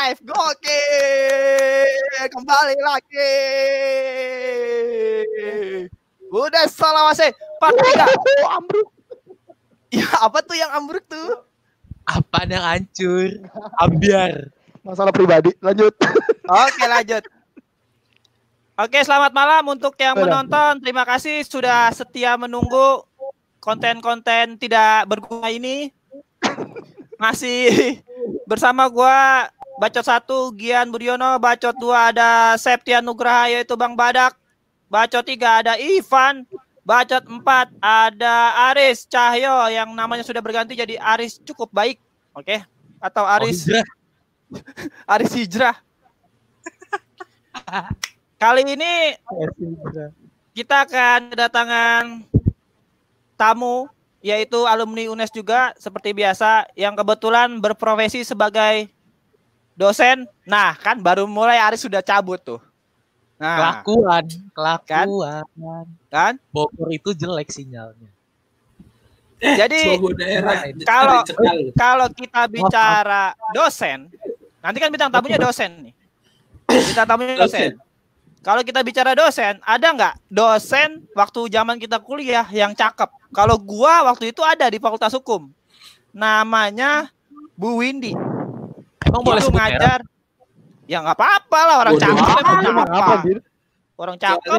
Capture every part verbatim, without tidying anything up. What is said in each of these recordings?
live. Gokil. Kembali lagi. Udah salawase. Part tiga. Ambruk. Ya, apa tuh yang ambruk tuh? Apaan yang hancur? Ambiar. Masalah pribadi. Lanjut. Oke, lanjut. Oke, selamat malam untuk yang menonton. Terima kasih sudah setia menunggu konten-konten tidak berguna ini. Masih bersama gua Bacot satu Gian Budiono, Bacot dua ada Septian Nugraha yaitu Bang Badak, Bacot tiga ada Ivan, Bacot empat ada Aris Cahyo yang namanya sudah berganti jadi Aris Cukup Baik. Oke, atau Aris Oh, hijrah. Aris Hijrah. Kali ini kita akan kedatangan tamu yaitu alumni U N E S juga seperti biasa yang kebetulan berprofesi sebagai dosen. Nah, kan baru mulai Aris sudah cabut tuh. Nah, Kelakuan, kelakuan. kan? Bogor itu jelek sinyalnya. Jadi kalau kalau kita bicara dosen, nanti kan bintang tamunya dosen nih. Bintang tamunya dosen. Kalau kita bicara dosen, ada nggak dosen waktu zaman kita kuliah yang cakep? Kalau gua waktu itu ada di Fakultas Hukum. Namanya Bu Windy. Emang boleh Itu sebut ngajar. Ya nggak apa-apa lah, orang Udah, cakep emang apa, apa? apa, Dir? Orang cakep.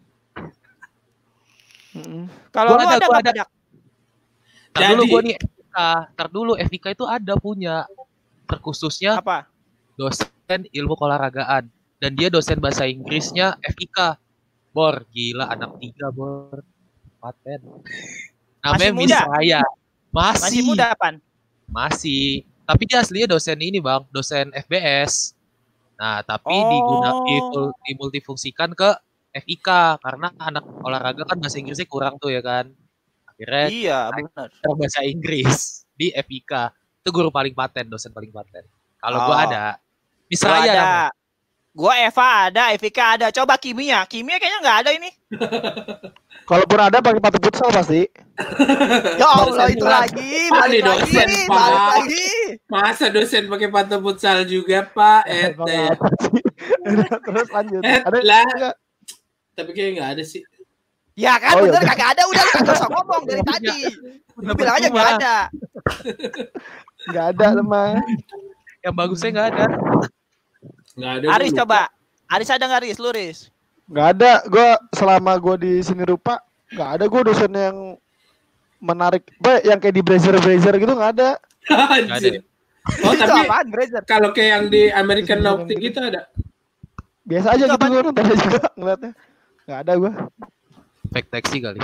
Mm-mm. Kalau Gua lu ada, ada gua nggak ada. Badak? Ntar dulu gue nih F I K. Ntar dulu F I K itu ada punya. Terkhususnya Apa? dosen ilmu keolahragaan. Dan dia dosen bahasa Inggrisnya F I K. Bor, gila anak tiga bor. Paten. Namanya Masih Miss muda? Raya. Masih. Masih muda apaan? Masih. Tapi dia aslinya dosen ini bang. Dosen F B S. Nah tapi Oh. diguna, dimul- dimultifungsikan ke F I K. Karena anak olahraga kan bahasa Inggrisnya kurang tuh ya kan. Akhirnya Iya, benar. bahasa Inggris di F I K. Itu guru paling paten, dosen paling paten. Kalau Oh. gua ada. Miss Gua Raya ada. namanya. Gua Eva ada, Evika ada. Coba kimia. Kimia kayaknya nggak ada ini. Kalaupun ada pakai sepatu futsal pasti. Ya Allah, itu Dosen lagi. Pak, Balik nih lagi. dosen, Pak. Balik lagi. Masa dosen pakai sepatu futsal juga, Pak? Eh, teh. Terus lanjut. Eh, Ada lah. nggak? Tapi kayaknya nggak ada sih. Ya kan, Oh, bener ya. kagak ada. Udah, lu kagak usah ngomong dari tadi. Lu bilang aja nggak ada. Nggak ada teman. Yang bagusnya nggak ada. Nggak ada. Aris gua lupa. coba. Aris ada nggak Aris? Lu Aris? Nggak ada. Gue selama gue di sini rupa nggak ada gue dosen yang menarik. Be, yang kayak di blazer blazer gitu nggak ada. Anjir. Oh, Itu tapi apaan, Grazer? kalau kayak yang di American Nautic gitu ada. Biasa aja Itu gitu apaan? gue nonton juga ngeliatnya. Nggak ada gue. Fake taxi kali.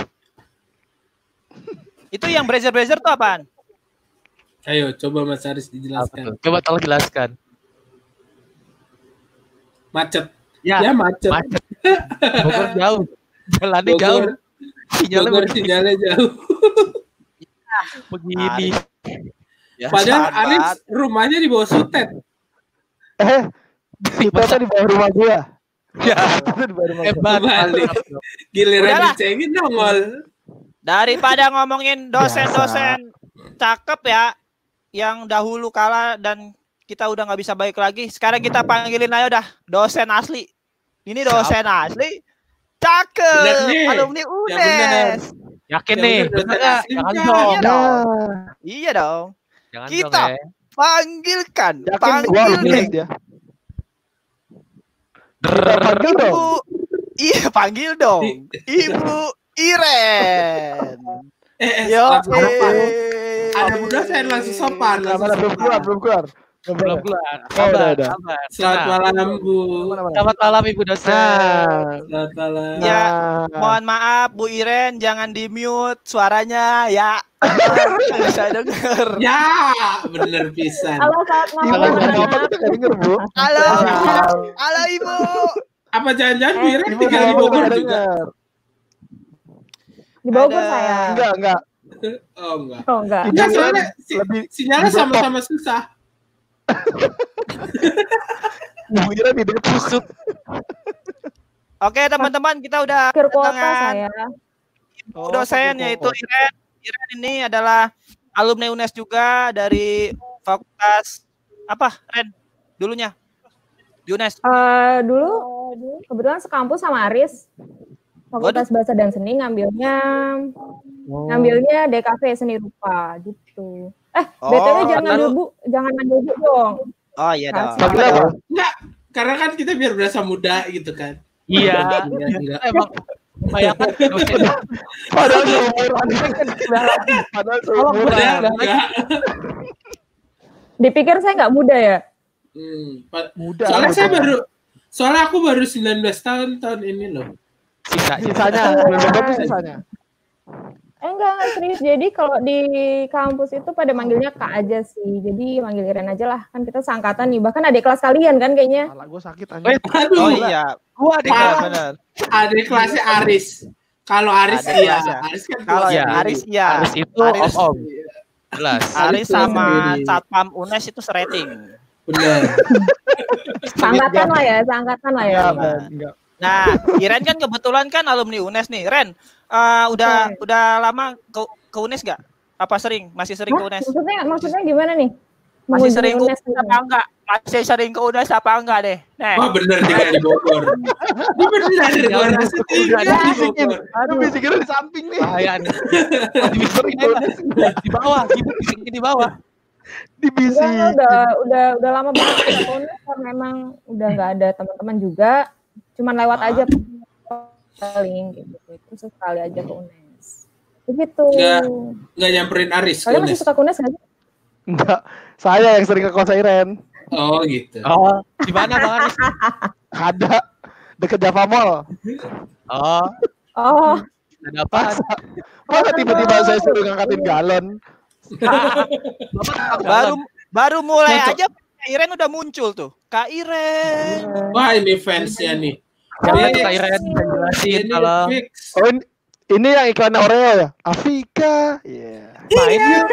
Itu yang blazer-blazer tuh apaan? Ayo, coba Mas Aris Apa dijelaskan. tuh? Coba tolong jelaskan. Macet. Ya, Ya, macet. macet. Bogor jauh. Jalannya Bogor. jauh. Sinyalnya Bogor begini. sinyalnya jauh. begini. Ya, Padahal sahabat. Aris rumahnya di bawah Sutet. Eh, Sutetnya di bawah rumah gue. Ya, Sutetnya di bawah rumah gue. hebat. Balik. Mantap. Giliran Udahlah. dicengin nongol. Daripada ngomongin dosen-dosen cakep ya, yang dahulu kala dan kita udah nggak bisa baik lagi. Sekarang kita panggilin aja udah dosen asli. Ini dosen asli, cakep, Bener nih. alumni U N Ya E bener. S. Yakin Ya nih, bener, bener dosen nggak? asli Jangan kan? dong. Iya dong, Nah, iya dong. Jangan Kita dong ya. panggilkan, yakin gue alumni panggilkan dia. Drrrr. Panggil dong. Ibu, iya panggil dong, Ibu Iren. Eh, eh, Yo, langsung sopan. Ada Bu dosen langsung sopan. Nggak, langsung mana, belum sopan. keluar, belum keluar. Belum keluar. Oh, udah, Sabar, udah. sabar. Selamat Tenang. malam, Bu. Mana, mana? Selamat malam Ibu dosen. Nah, Selamat malam. Ya, nah. mohon maaf Bu Iren, jangan di mute suaranya ya. Nggak bisa denger. Ya, bener pisan. Halo, selamat Ibu, malam. ngomong apa anak-anak. kita nggak denger, Bu? Halo, Nah, halo Ibu. Apa jangan-jangan Bu Iren Ibu tinggal di ngomong Bogor nggak juga? denger. Di Bogor Ada. saya. Enggak, enggak. Oh, enggak. Oh enggak. Ibu Enggak, Iren soalnya si- lebih sinyalnya di Depok. sama-sama susah. Ibu Iren di Depok. Oke teman-teman, kita udah Akhir kuota kedatangan saya. Ibu dosen yaitu Iren. Iren ini adalah alumni U N E S juga dari Fakultas apa Ren? dulunya? Di U N E S? Uh, dulu kebetulan sekampus sama Aris. Fakultas Bahasa dan Seni ngambilnya oh. ngambilnya D K V Seni Rupa gitu. Eh, oh, B T W jangan ngambil Bu, jangan ngambil Bu dong. Oh iya dong. Enggak, karena kan kita biar berasa muda gitu kan. Iya. Emang kayak kan padahal seumuran padahal seumuran. Dipikir saya nggak muda ya? Hmm, muda. Soalnya saya baru soalnya aku baru sembilan belas tahun tahun ini loh. Sisa, sisanya, berapa sisanya? Eh enggak, enggak serius. Jadi kalau di kampus itu pada manggilnya Kak aja sih. Jadi manggil Iren aja lah. Kan kita seangkatan nih. Bahkan adik kelas kalian kan kayaknya. Malah gue sakit anjing. Oh iya. Gua adik kelas benar. Adik kelasnya Aris. Kalau Aris iya. Aris kan kalau ya Aris iya. Aris itu om-om. Jelas. Aris sama Satpam U N E S itu serating. Benar. Seangkatan lah ya, seangkatan lah ya. Enggak. Nah, Iren kan kebetulan kan alumni U N E S nih. Ren, uh, udah okay. udah lama ke, ke U N E S gak? Apa sering? Masih sering Hah? ke U N E S? Maksudnya maksudnya gimana nih? Masih sering ke U N E S apa enggak? Masih sering ke U N E S apa enggak deh? Nah. Wah bener tinggal di Bogor. Ini bener di Bogor. Tinggal. Aduh, bisiknya di samping nih. Bahaya nih. Di bawah, bisiknya di bawah. Di bisik. Udah udah udah lama banget ke U N E S karena memang udah nggak ada teman-teman juga. Cuman lewat ah. aja paling gitu. Itu sekali aja ke U N E S. Begitu. Enggak enggak nyamperin Aris. Kalian masih suka ke U N E S enggak sih? Enggak. Saya yang sering ke kos Iren. Oh, gitu. Oh, di mana Bang Aris? Ada dekat Java Mall. Oh. Oh. Ada apa? Masa tiba-tiba saya suruh ngangkatin galon. baru baru mulai Nonton. aja Kak Iren udah muncul tuh. Kak Iren. Wah, ini fansnya nih. Siapa tuh Kak Iren? Jelasin kalau. Oh, ini, ini yang iklan Oreo ya? Afika. Iya. Yeah. Main yuk.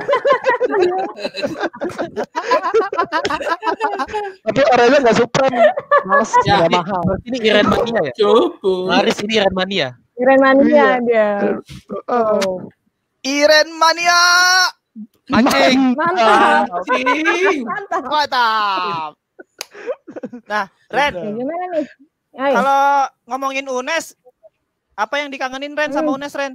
Tapi Oreo nggak Supreme. Males, ya, nggak mahal. Ini Iren Mania ya? Cukup. Aris ini Iren Mania. Iren Mania dia. Oh. Iren Mania. Mancing. Mantap. Mancing. Mantap. Mantap. Nah, Ren. Ya, gimana nih? Kalau ngomongin U N E S, apa yang dikangenin Ren sama U N E S, Ren?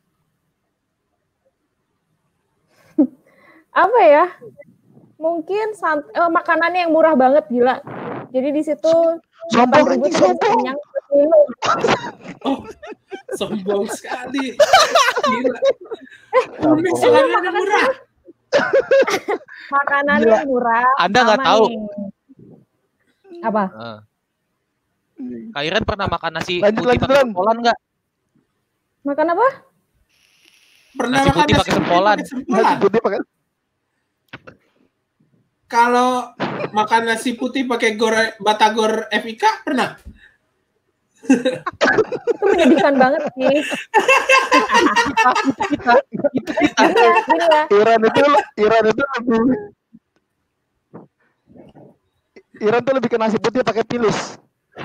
Apa ya? Mungkin sant- eh, makanannya yang murah banget, gila. Jadi di situ sombong ini sombong. Oh, sombong sekali. Gila. Eh, makanannya murah. Makanannya murah. Anda nggak tahu? Nih. Apa? Uh. Kak Iren pernah makan nasi lanjut, putih pakai sempolan nggak? Makan apa? Pernah nasi makan putih pakai sempolan. Nasi putih pakai. Kalau makan nasi putih pakai gore batagor F I K pernah? Itu menyedihkan banget sih. Kita, kita, kita. Iren itu, Iren itu lebih, Iren tuh lebih ke nasi putih pakai pilus.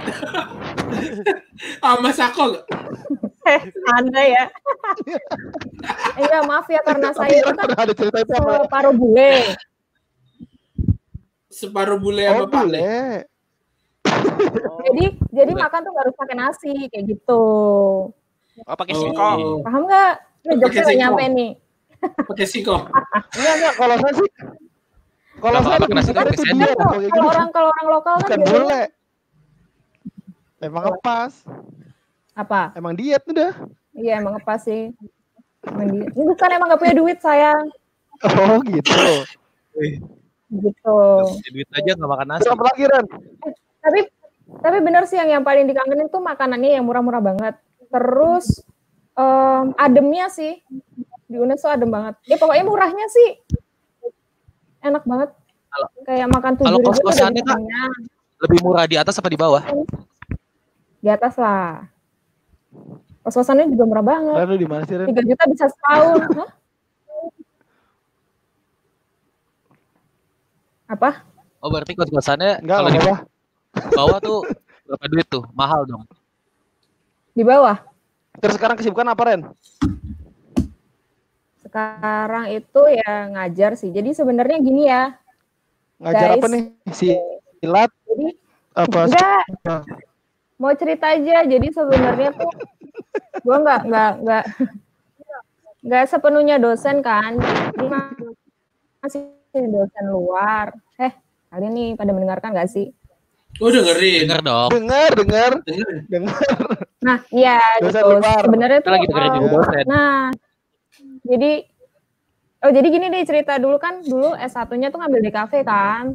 Ah, Mas Ako nggak? Eh, Anda ya. Iya, maaf ya karena saya itu kan ada cerita itu apa? Separuh bule. Separuh bule apa oh, bule? Jadi jadi makan tuh harus pakai nasi kayak gitu. Oh, pakai singkong. Oh. Paham nggak? Ini jokesnya nggak nyampe nih. Pakai singkong. Enggak enggak kalau saya sih. Kalau saya pakai nasi pakai sendok. Kalau orang kalau orang lokal kan bukan bule. Emang ngepas. Apa? Emang diet udah. Iya emang ngepas sih. Emang diet. Ini bukan emang nggak punya duit sayang. Oh gitu. Gitu. Duit aja nggak makan nasi. Apa lagi Ren? Eh, tapi tapi benar sih yang yang paling dikangenin tuh makanannya yang murah-murah banget. Terus um, ademnya sih di U N E S tuh adem banget. Ya pokoknya murahnya sih enak banget. Kalau, kayak makan tujuh ribu. Kalau kos-kosannya Kak, lebih murah di atas apa di bawah? Di atas lah. Kos-kosannya juga murah banget. Lalu di mana sih Ren? tiga juta bisa setahun. Hah? Apa? Oh berarti kos-kosannya enggak kalau di bawah. Bawah tuh berapa duit tuh? Mahal dong. Di bawah. Terus sekarang kesibukan apa Ren? Sekarang itu ya ngajar sih. Jadi sebenarnya gini ya. Ngajar guys, apa nih? Si silat. Jadi apa? Enggak. Mau cerita aja. Jadi sebenarnya tuh gue nggak nggak nggak nggak sepenuhnya dosen kan. Jadi masih dosen luar. Eh, kalian nih pada mendengarkan nggak sih? Oh, dengerin. Dengar dong. Dengar, dengar, Denger. dengar. Nah, iya gitu. Sebenarnya tuh lagi dengerin uh, dosen. Nah, jadi oh jadi gini deh cerita dulu kan dulu S satu-nya tuh ngambil D K V kan.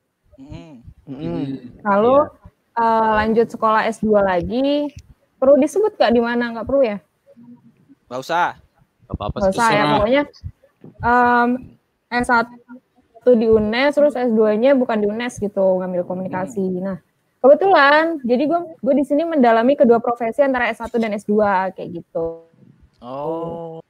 Mm. Lalu uh, lanjut sekolah S dua lagi. Perlu disebut gak di mana? Nggak perlu ya? Gak usah. Gak apa-apa. Gak usah ya. Pokoknya um, S satu di U N E S, terus S dua-nya bukan di U N E S gitu, ngambil komunikasi. Nah, kebetulan, jadi gue gue di sini mendalami kedua profesi antara S satu dan S dua kayak gitu. Oh.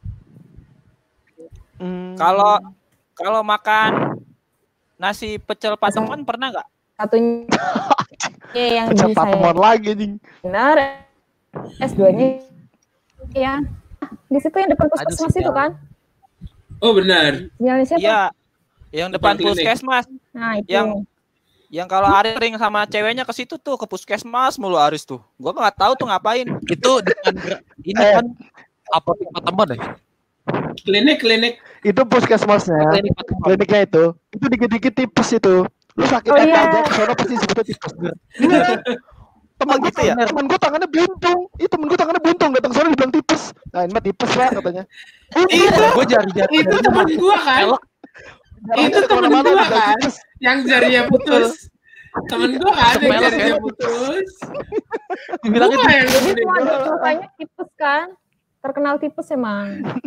Hmm. Kalau kalau makan nasi pecel Patemon pernah nggak? Satunya yang pecel di Patemon saya lagi nih. benar, S dua-nya ya di situ yang depan puskesmas itu kan? Oh benar. Sinyalnya siapa? Iya, yang depan Depan klinik. puskesmas. Nah itu. Yang yang kalau Aris ring sama ceweknya ke situ tuh ke puskesmas mulu Aris tuh. Gua nggak tahu tuh ngapain. Itu depan ini Eh. kan apotek Patemon ya? Klinik, klinik. Itu puskesmasnya. Klinik Patemon. Kliniknya itu. Itu dikit-dikit tipes itu. Lu sakit Oh, apa iya. aja ke sono pasti sebutnya tipes. Iya. Temen gue gitu ya? temen gue tangannya buntung. Itu temen gue tangannya buntung, datang sono dibilang tipes. Nah, ini mah tipes lah katanya. Itu, Gue jari-jari. itu teman gua kan. Itu temen Kemana-mana gua dibilang kan. tipes. Yang jarinya putus. Temen gua kan yang Semelok jarinya ya. putus. Dibilangnya Gua yang Jadi gede. semua dosanya tipes kan? Terkenal tipes emang.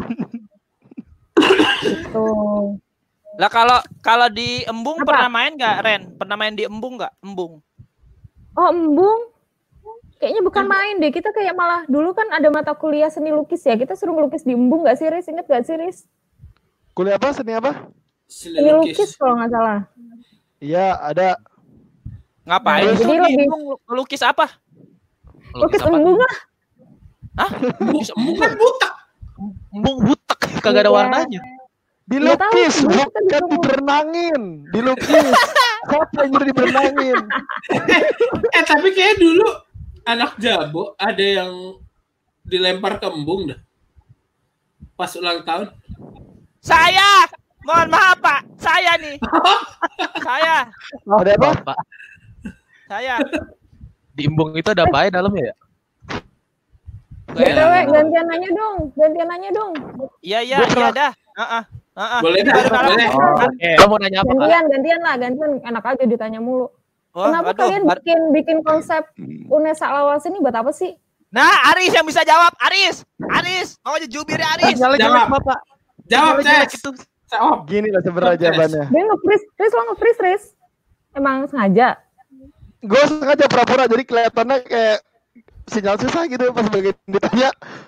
Gitu. Lah kalau kalau di Embung Apa? pernah main nggak Ren? Pernah main di Embung nggak? Embung. Oh, embung. Kayaknya bukan main deh. Kita kayak malah dulu kan ada mata kuliah seni lukis ya. Kita suruh ngelukis di embung nggak sih, Riz? Ingat nggak sih, Riz? Kuliah apa? Seni apa? Seni Seni lukis. lukis kalau nggak salah. Iya, ada. Ngapain Nah, tuh jadi di lebih- Embung lukis apa? Lukis apa? embung lah. Hah? Lukis embung. Bukan butak. Embung butek. Kagak ada Iya. warnanya. Nggak tahu, Dilukis, dulu kita bukan disuruh. diberenangin. Dilukis. Siapa yang nyuruh diberenangin? Eh tapi kayak dulu anak Jabo ada yang dilempar ke embung dah. Pas ulang tahun. Saya. Mohon maaf Pak. Saya nih. Saya. Ada apa? Pak, Saya. di embung itu ada apa ya dalamnya ya? Gak B T W enak. gantian nanya dong. Gantian nanya dong. Iya iya Gua iya pernah- dah. Heeh. Heeh. Boleh Ini dah, baru dalam- boleh. Oke. Lo mau nanya apa? Kak? Gantian, gantian lah. Gantian. Enak aja ditanya mulu. Oh, Kenapa aduh, kalian bar- bikin bikin konsep U N E S Lawas ini buat apa sih? Nah, Aris yang bisa jawab. Aris. Aris. Mau jubir Aris. Nyala Jawab. jelek, Bapak. Jawab, Nyala jelek Ces. itu. Jawab. Gini lah sebenarnya jawabannya. Dia nge-freeze, Riz, lo nge-freeze, Riz. Emang sengaja? Gue sengaja pura-pura jadi kelihatannya kayak sinyal susah gitu pas bagian ditanya.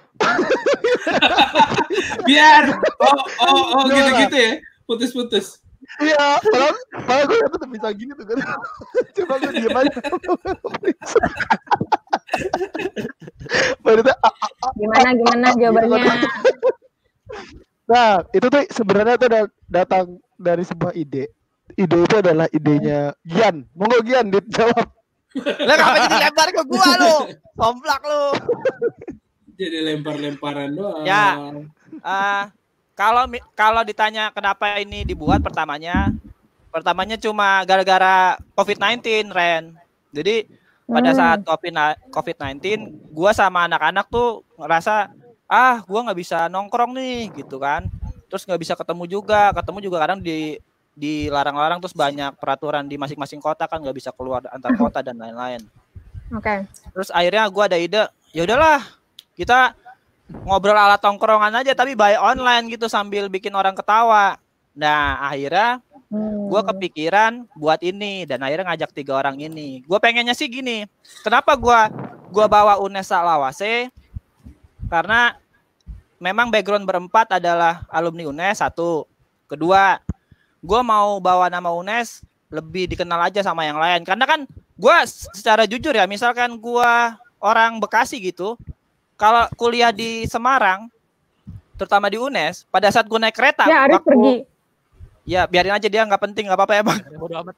Biar oh oh oh Gimana? gitu-gitu ya. Putus-putus. Iya, padahal padahal gue tetap bisa gini tuh kan. Coba gue diem aja. Baru tuh, ah, ah, ah. Gimana, gimana jawabannya? Nah, itu tuh sebenarnya tuh da- datang dari sebuah ide. Ide itu adalah idenya Gian. Monggo Gian dijawab. Lah kenapa jadi lebar ke gua lu? Somplak lu. Jadi lempar-lemparan doang. Ya. Eh, kalau mi- kalau ditanya kenapa ini dibuat pertamanya, pertamanya cuma gara-gara covid sembilan belas, Ren. Jadi pada Hmm. saat covid sembilan belas, gua sama anak-anak tuh ngerasa ah, gua nggak bisa nongkrong nih, gitu kan. Terus nggak bisa ketemu juga, ketemu juga kadang di dilarang-larang, terus banyak peraturan di masing-masing kota kan, nggak bisa keluar antar kota dan lain-lain. Oke. Terus akhirnya gua ada ide, ya udahlah kita ngobrol ala tongkrongan aja tapi by online gitu sambil bikin orang ketawa. Nah akhirnya Hmm. gue kepikiran buat ini dan akhirnya ngajak tiga orang ini. Gue pengennya sih gini, kenapa gue gua bawa U N E S Lawase? Karena memang background berempat adalah alumni U N E S satu. Kedua, gue mau bawa nama U N E S lebih dikenal aja sama yang lain. Karena kan gue secara jujur ya, misalkan gue orang Bekasi gitu, kalau kuliah di Semarang, terutama di U N E S, pada saat gue naik kereta, Ya, Arif waktu- pergi. ya biarin aja dia nggak penting, nggak apa-apa emang. Bodo amat.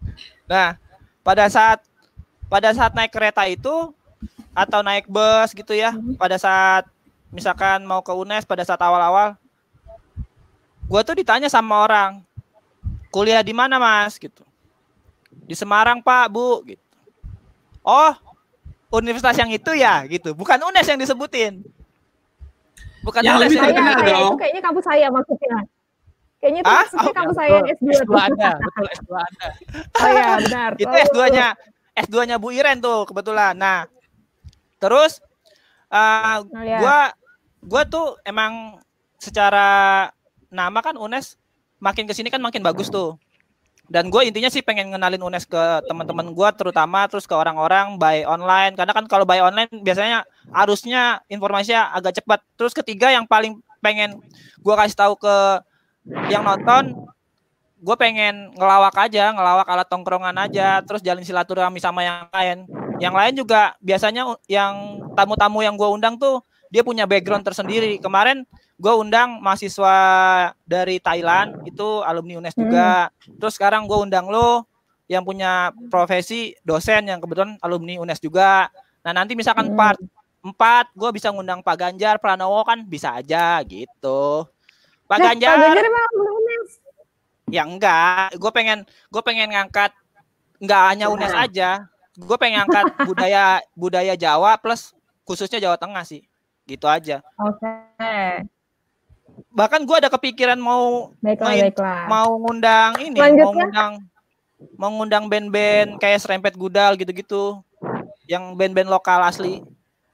Nah, pada saat pada saat naik kereta itu atau naik bus gitu ya, pada saat misalkan mau ke U N E S pada saat awal-awal, gue tuh ditanya sama orang, kuliah di mana mas? Gitu. Di Semarang pak, bu. Gitu. Oh, universitas yang itu ya, gitu. Bukan U N E S yang disebutin. Bukan yang U N E S lebih yang terkenal Kayak- dong. itu kayaknya kampus saya maksudnya. Kayaknya itu Ah? maksudnya Oh, kampus saya yang S dua S tuh. dua Anda, betul S dua Anda. Oh iya, benar. Itu Oh. S dua-nya S dua-nya Bu Iren tuh kebetulan. Nah, terus uh, Oh, iya. gua gua tuh emang secara nama kan U N E S makin kesini kan makin bagus tuh. Dan gue intinya sih pengen ngenalin U N E S ke teman-teman gue terutama, terus ke orang-orang by online. Karena kan kalau by online biasanya arusnya informasinya agak cepat. Terus ketiga yang paling pengen gue kasih tahu ke yang nonton, gue pengen ngelawak aja, ngelawak alat tongkrongan aja, terus jalin silaturahmi sama yang lain. Yang lain juga biasanya yang tamu-tamu yang gue undang tuh dia punya background tersendiri. Kemarin gue undang mahasiswa dari Thailand, itu alumni U N E S juga. Hmm. Terus sekarang gue undang lo yang punya profesi dosen yang kebetulan alumni U N E S juga. Nah nanti misalkan hmm. part empat gue bisa ngundang Pak Ganjar Pranowo kan bisa aja gitu. Pak nah, Ganjar. Pak Ganjar emang alumni U N E S? Ya enggak, gue pengen gue pengen ngangkat enggak hanya U N E S aja. Gue pengen ngangkat budaya budaya Jawa plus khususnya Jawa Tengah sih. Gitu aja. Oke. Okay. Bahkan gue ada kepikiran mau baiklah, main, baiklah. mau ngundang ini, Lanjutnya? mau ngundang mau ngundang band-band kayak Serempet Gudal gitu-gitu, yang band-band lokal asli.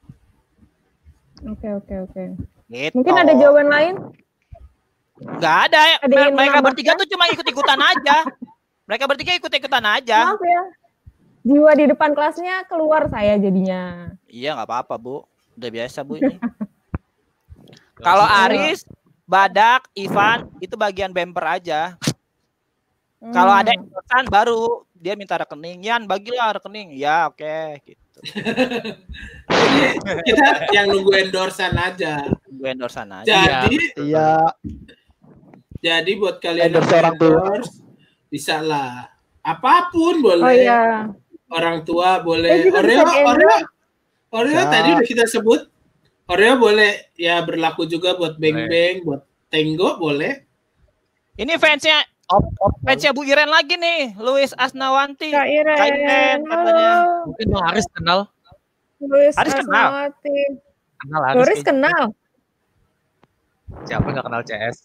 Oke oke oke. Gitu. Mungkin ada jawaban lain? Nggak ada. ada mereka bertiga tuh cuma ikut-ikutan aja. Mereka bertiga ikut-ikutan aja. Maaf ya. Jiwa di depan kelasnya keluar saya jadinya. Iya nggak apa-apa bu, udah biasa bu ini. Kalau Aris, Badak, Ivan itu bagian bumper aja. Hmm. Kalau ada endorsan baru dia minta rekening, Yan bagilah rekening. Ya oke okay, gitu. Kita yang nunggu endorsan aja. Nunggu endorsan aja. Jadi iya. Jadi buat kalian yang endorse bisa lah. Apapun boleh. Oh iya. Orang tua boleh. Oreo, Oreo, Oreo ya. Tadi udah kita sebut. Oreo boleh ya berlaku juga buat Beng Beng, buat Tenggo boleh. Ini fansnya, op, op, fansnya Bu Iren lagi nih, Luis Asnawanti. Kak Iren, Kak Iren katanya. Mungkin Bang Aris kenal. Luis Aris Asnawanti. Kenal Aris. Luis kenal. Siapa nggak kenal C S?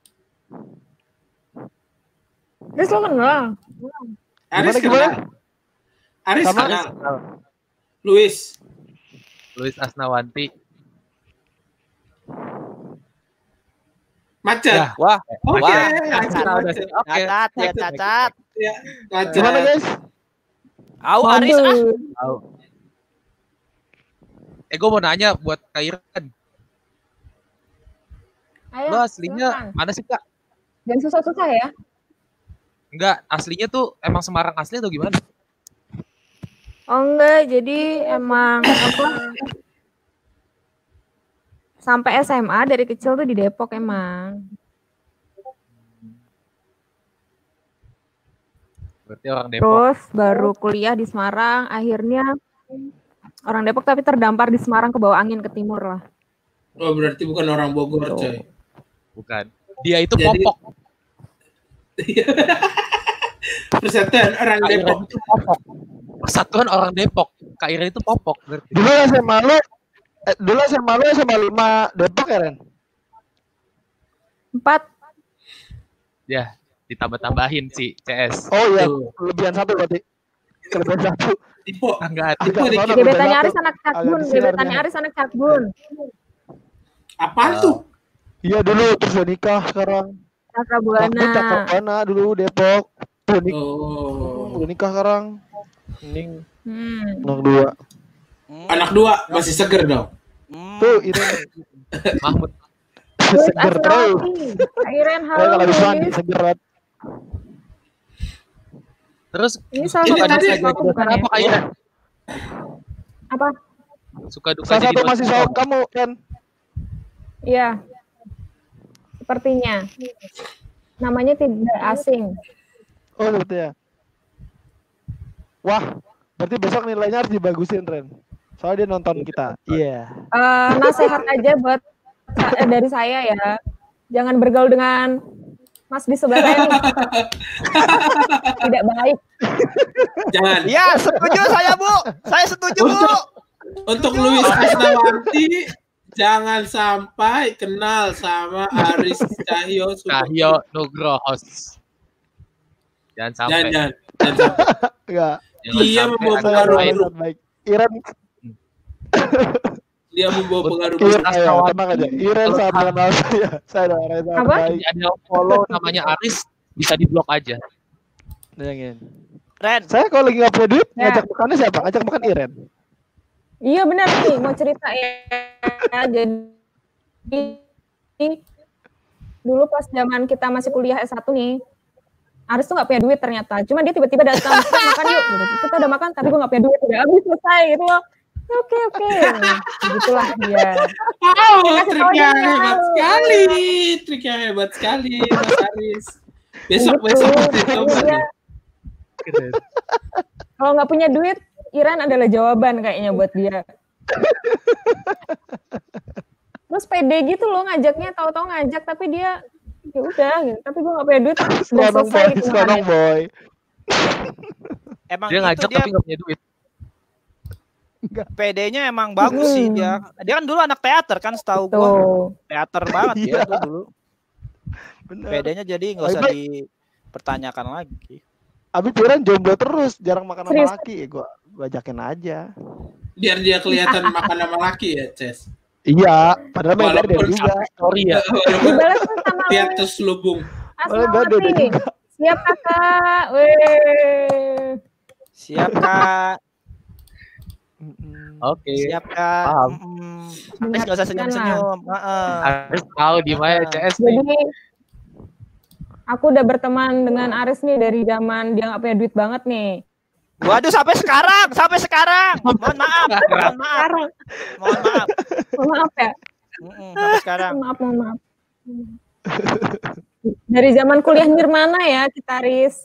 Aris lo kenal. Aris kenal. Aris kenal. Luis. Luis Asnawanti. Macet. Ya. Wah, oke. Okay. Oke. Cacat, ya cacat. Ya, cacat. Gimana guys? Au Aris ah. Au. Eh, gue mau nanya buat Kak Iren. Ayo, lo aslinya silakan. Mana sih Kak? Jangan susah-susah ya. Enggak, aslinya tuh emang Semarang asli atau gimana? Oh enggak, jadi emang apa? Sampai S M A dari kecil tuh di Depok emang. Berarti orang Depok. Terus baru kuliah di Semarang, akhirnya orang Depok tapi terdampar di Semarang ke bawah angin ke timur lah. Oh berarti bukan orang Bogor coy. Bukan. Dia itu jadi, popok. Persatuan orang Kak Depok. Itu popok. Persatuan orang Depok. Kak Iren itu popok. Berarti. Dulu S M A lu Eh, dulu S M A lu S M A lima Depok ya, Ren? Empat. Ya, ditambah-tambahin si C S. Oh iya, Tuh. Kelebihan satu berarti. Kelebihan satu. Tipe. Enggak, tipe. Gebetannya Aris anak Cakbun, gebetannya Aris anak Cakbun. Apaan tuh? Iya dulu, terus udah nikah sekarang. Cakrabuana. Cakrabuana dulu Depok. Tuh, nik- oh. Udah nikah sekarang. Ning. Hmm. Anak dua. Anak dua masih seger dong. Hmm. Tuh itu Mahmud. seger terus. Iren halo. Kalau habis mandi seger. Terus ini salah ini satu tadi aku bukan apa Kak Iren? Apa? Suka duka Salah jadi satu mahasiswa kamu kan? Iya. Sepertinya. Namanya tidak asing. Oh betul ya. Wah, berarti besok nilainya harus dibagusin, Ren. Soalnya dia nonton kita. Iya. Yeah. Uh, nasihat aja buat eh, dari saya ya. Jangan bergaul dengan Mas di sebelah saya nih. Tidak baik. Jangan. Ya, setuju saya, Bu. Saya setuju, Bu. Untuk, untuk Luis Krisdayanti, jangan sampai kenal sama Aris Cahyo Cahyo Nugroho. Jangan sampai. Jangan, jangan. jangan sampai. Enggak. Dia membawa pengaruh buruk. Baik. Iren dia membawa pengaruh buruk. buruk. Ayo, tenang aja. Iren sama kenal saya. Saya ada orang yang baik. Ada yang follow namanya Aris, bisa diblok aja. Bayangin. Ren. Saya kalau lagi nggak punya duit, Ya. ngajak makannya siapa? Ngajak makan Iren. Iya benar nih, mau cerita ya. Jadi dulu pas zaman kita masih kuliah S satu nih, Aris tuh nggak punya duit ternyata. Cuma dia tiba-tiba datang, kita makan yuk. Gitu. Kita udah makan, tapi gue nggak punya duit. Udah habis selesai gitu loh. Oke oke, begitulah dia. Oh, triknya hebat sekali, triknya hebat sekali, Mas Aris. Besok Gitu. besok saya coba. Dia, kalau nggak punya duit, Iren adalah jawaban kayaknya buat dia. Terus pede gitu loh ngajaknya, tahu-tahu ngajak tapi dia ya udah gitu. Tapi gue nggak punya duit, udah Sekarang selesai boy, gitu. sekarang boy. Emang Dia itu ngajak dia tapi nggak punya duit. P D-nya emang bagus sih Hmm. dia. Dia kan dulu anak teater kan setahu gua. Tuh. Teater banget dia Iya. tuh dulu. Bener. P D-nya jadi nggak usah dipertanyakan lagi. Abis Iren jomblo terus, jarang makan sama Serius? laki. Ya gua bajakin aja. Biar dia kelihatan makan sama laki ya, Ces. Iya, padahal main dia Walaupun juga. Sorry ya. Dibalas tuh sama Dia terselubung. Padahal dia ada Asmawati. juga. Siap kakak. Weh. Siap Kak, Mm-mm. Oke. siap Kak. Paham. Mm-mm. Aris nggak usah senyum-senyum. Heeh. Aris tahu di mana C S nih. Jadi aku udah berteman dengan Aris nih dari zaman dia nggak punya duit banget nih. Waduh sampai sekarang, sampai sekarang. Mohon maaf, mohon maaf, mohon maaf. Mohon maaf ya. Mm-mm, sampai sekarang. Mohon maaf, mohon maaf. Dari zaman kuliah Nirmana ya kita Aris.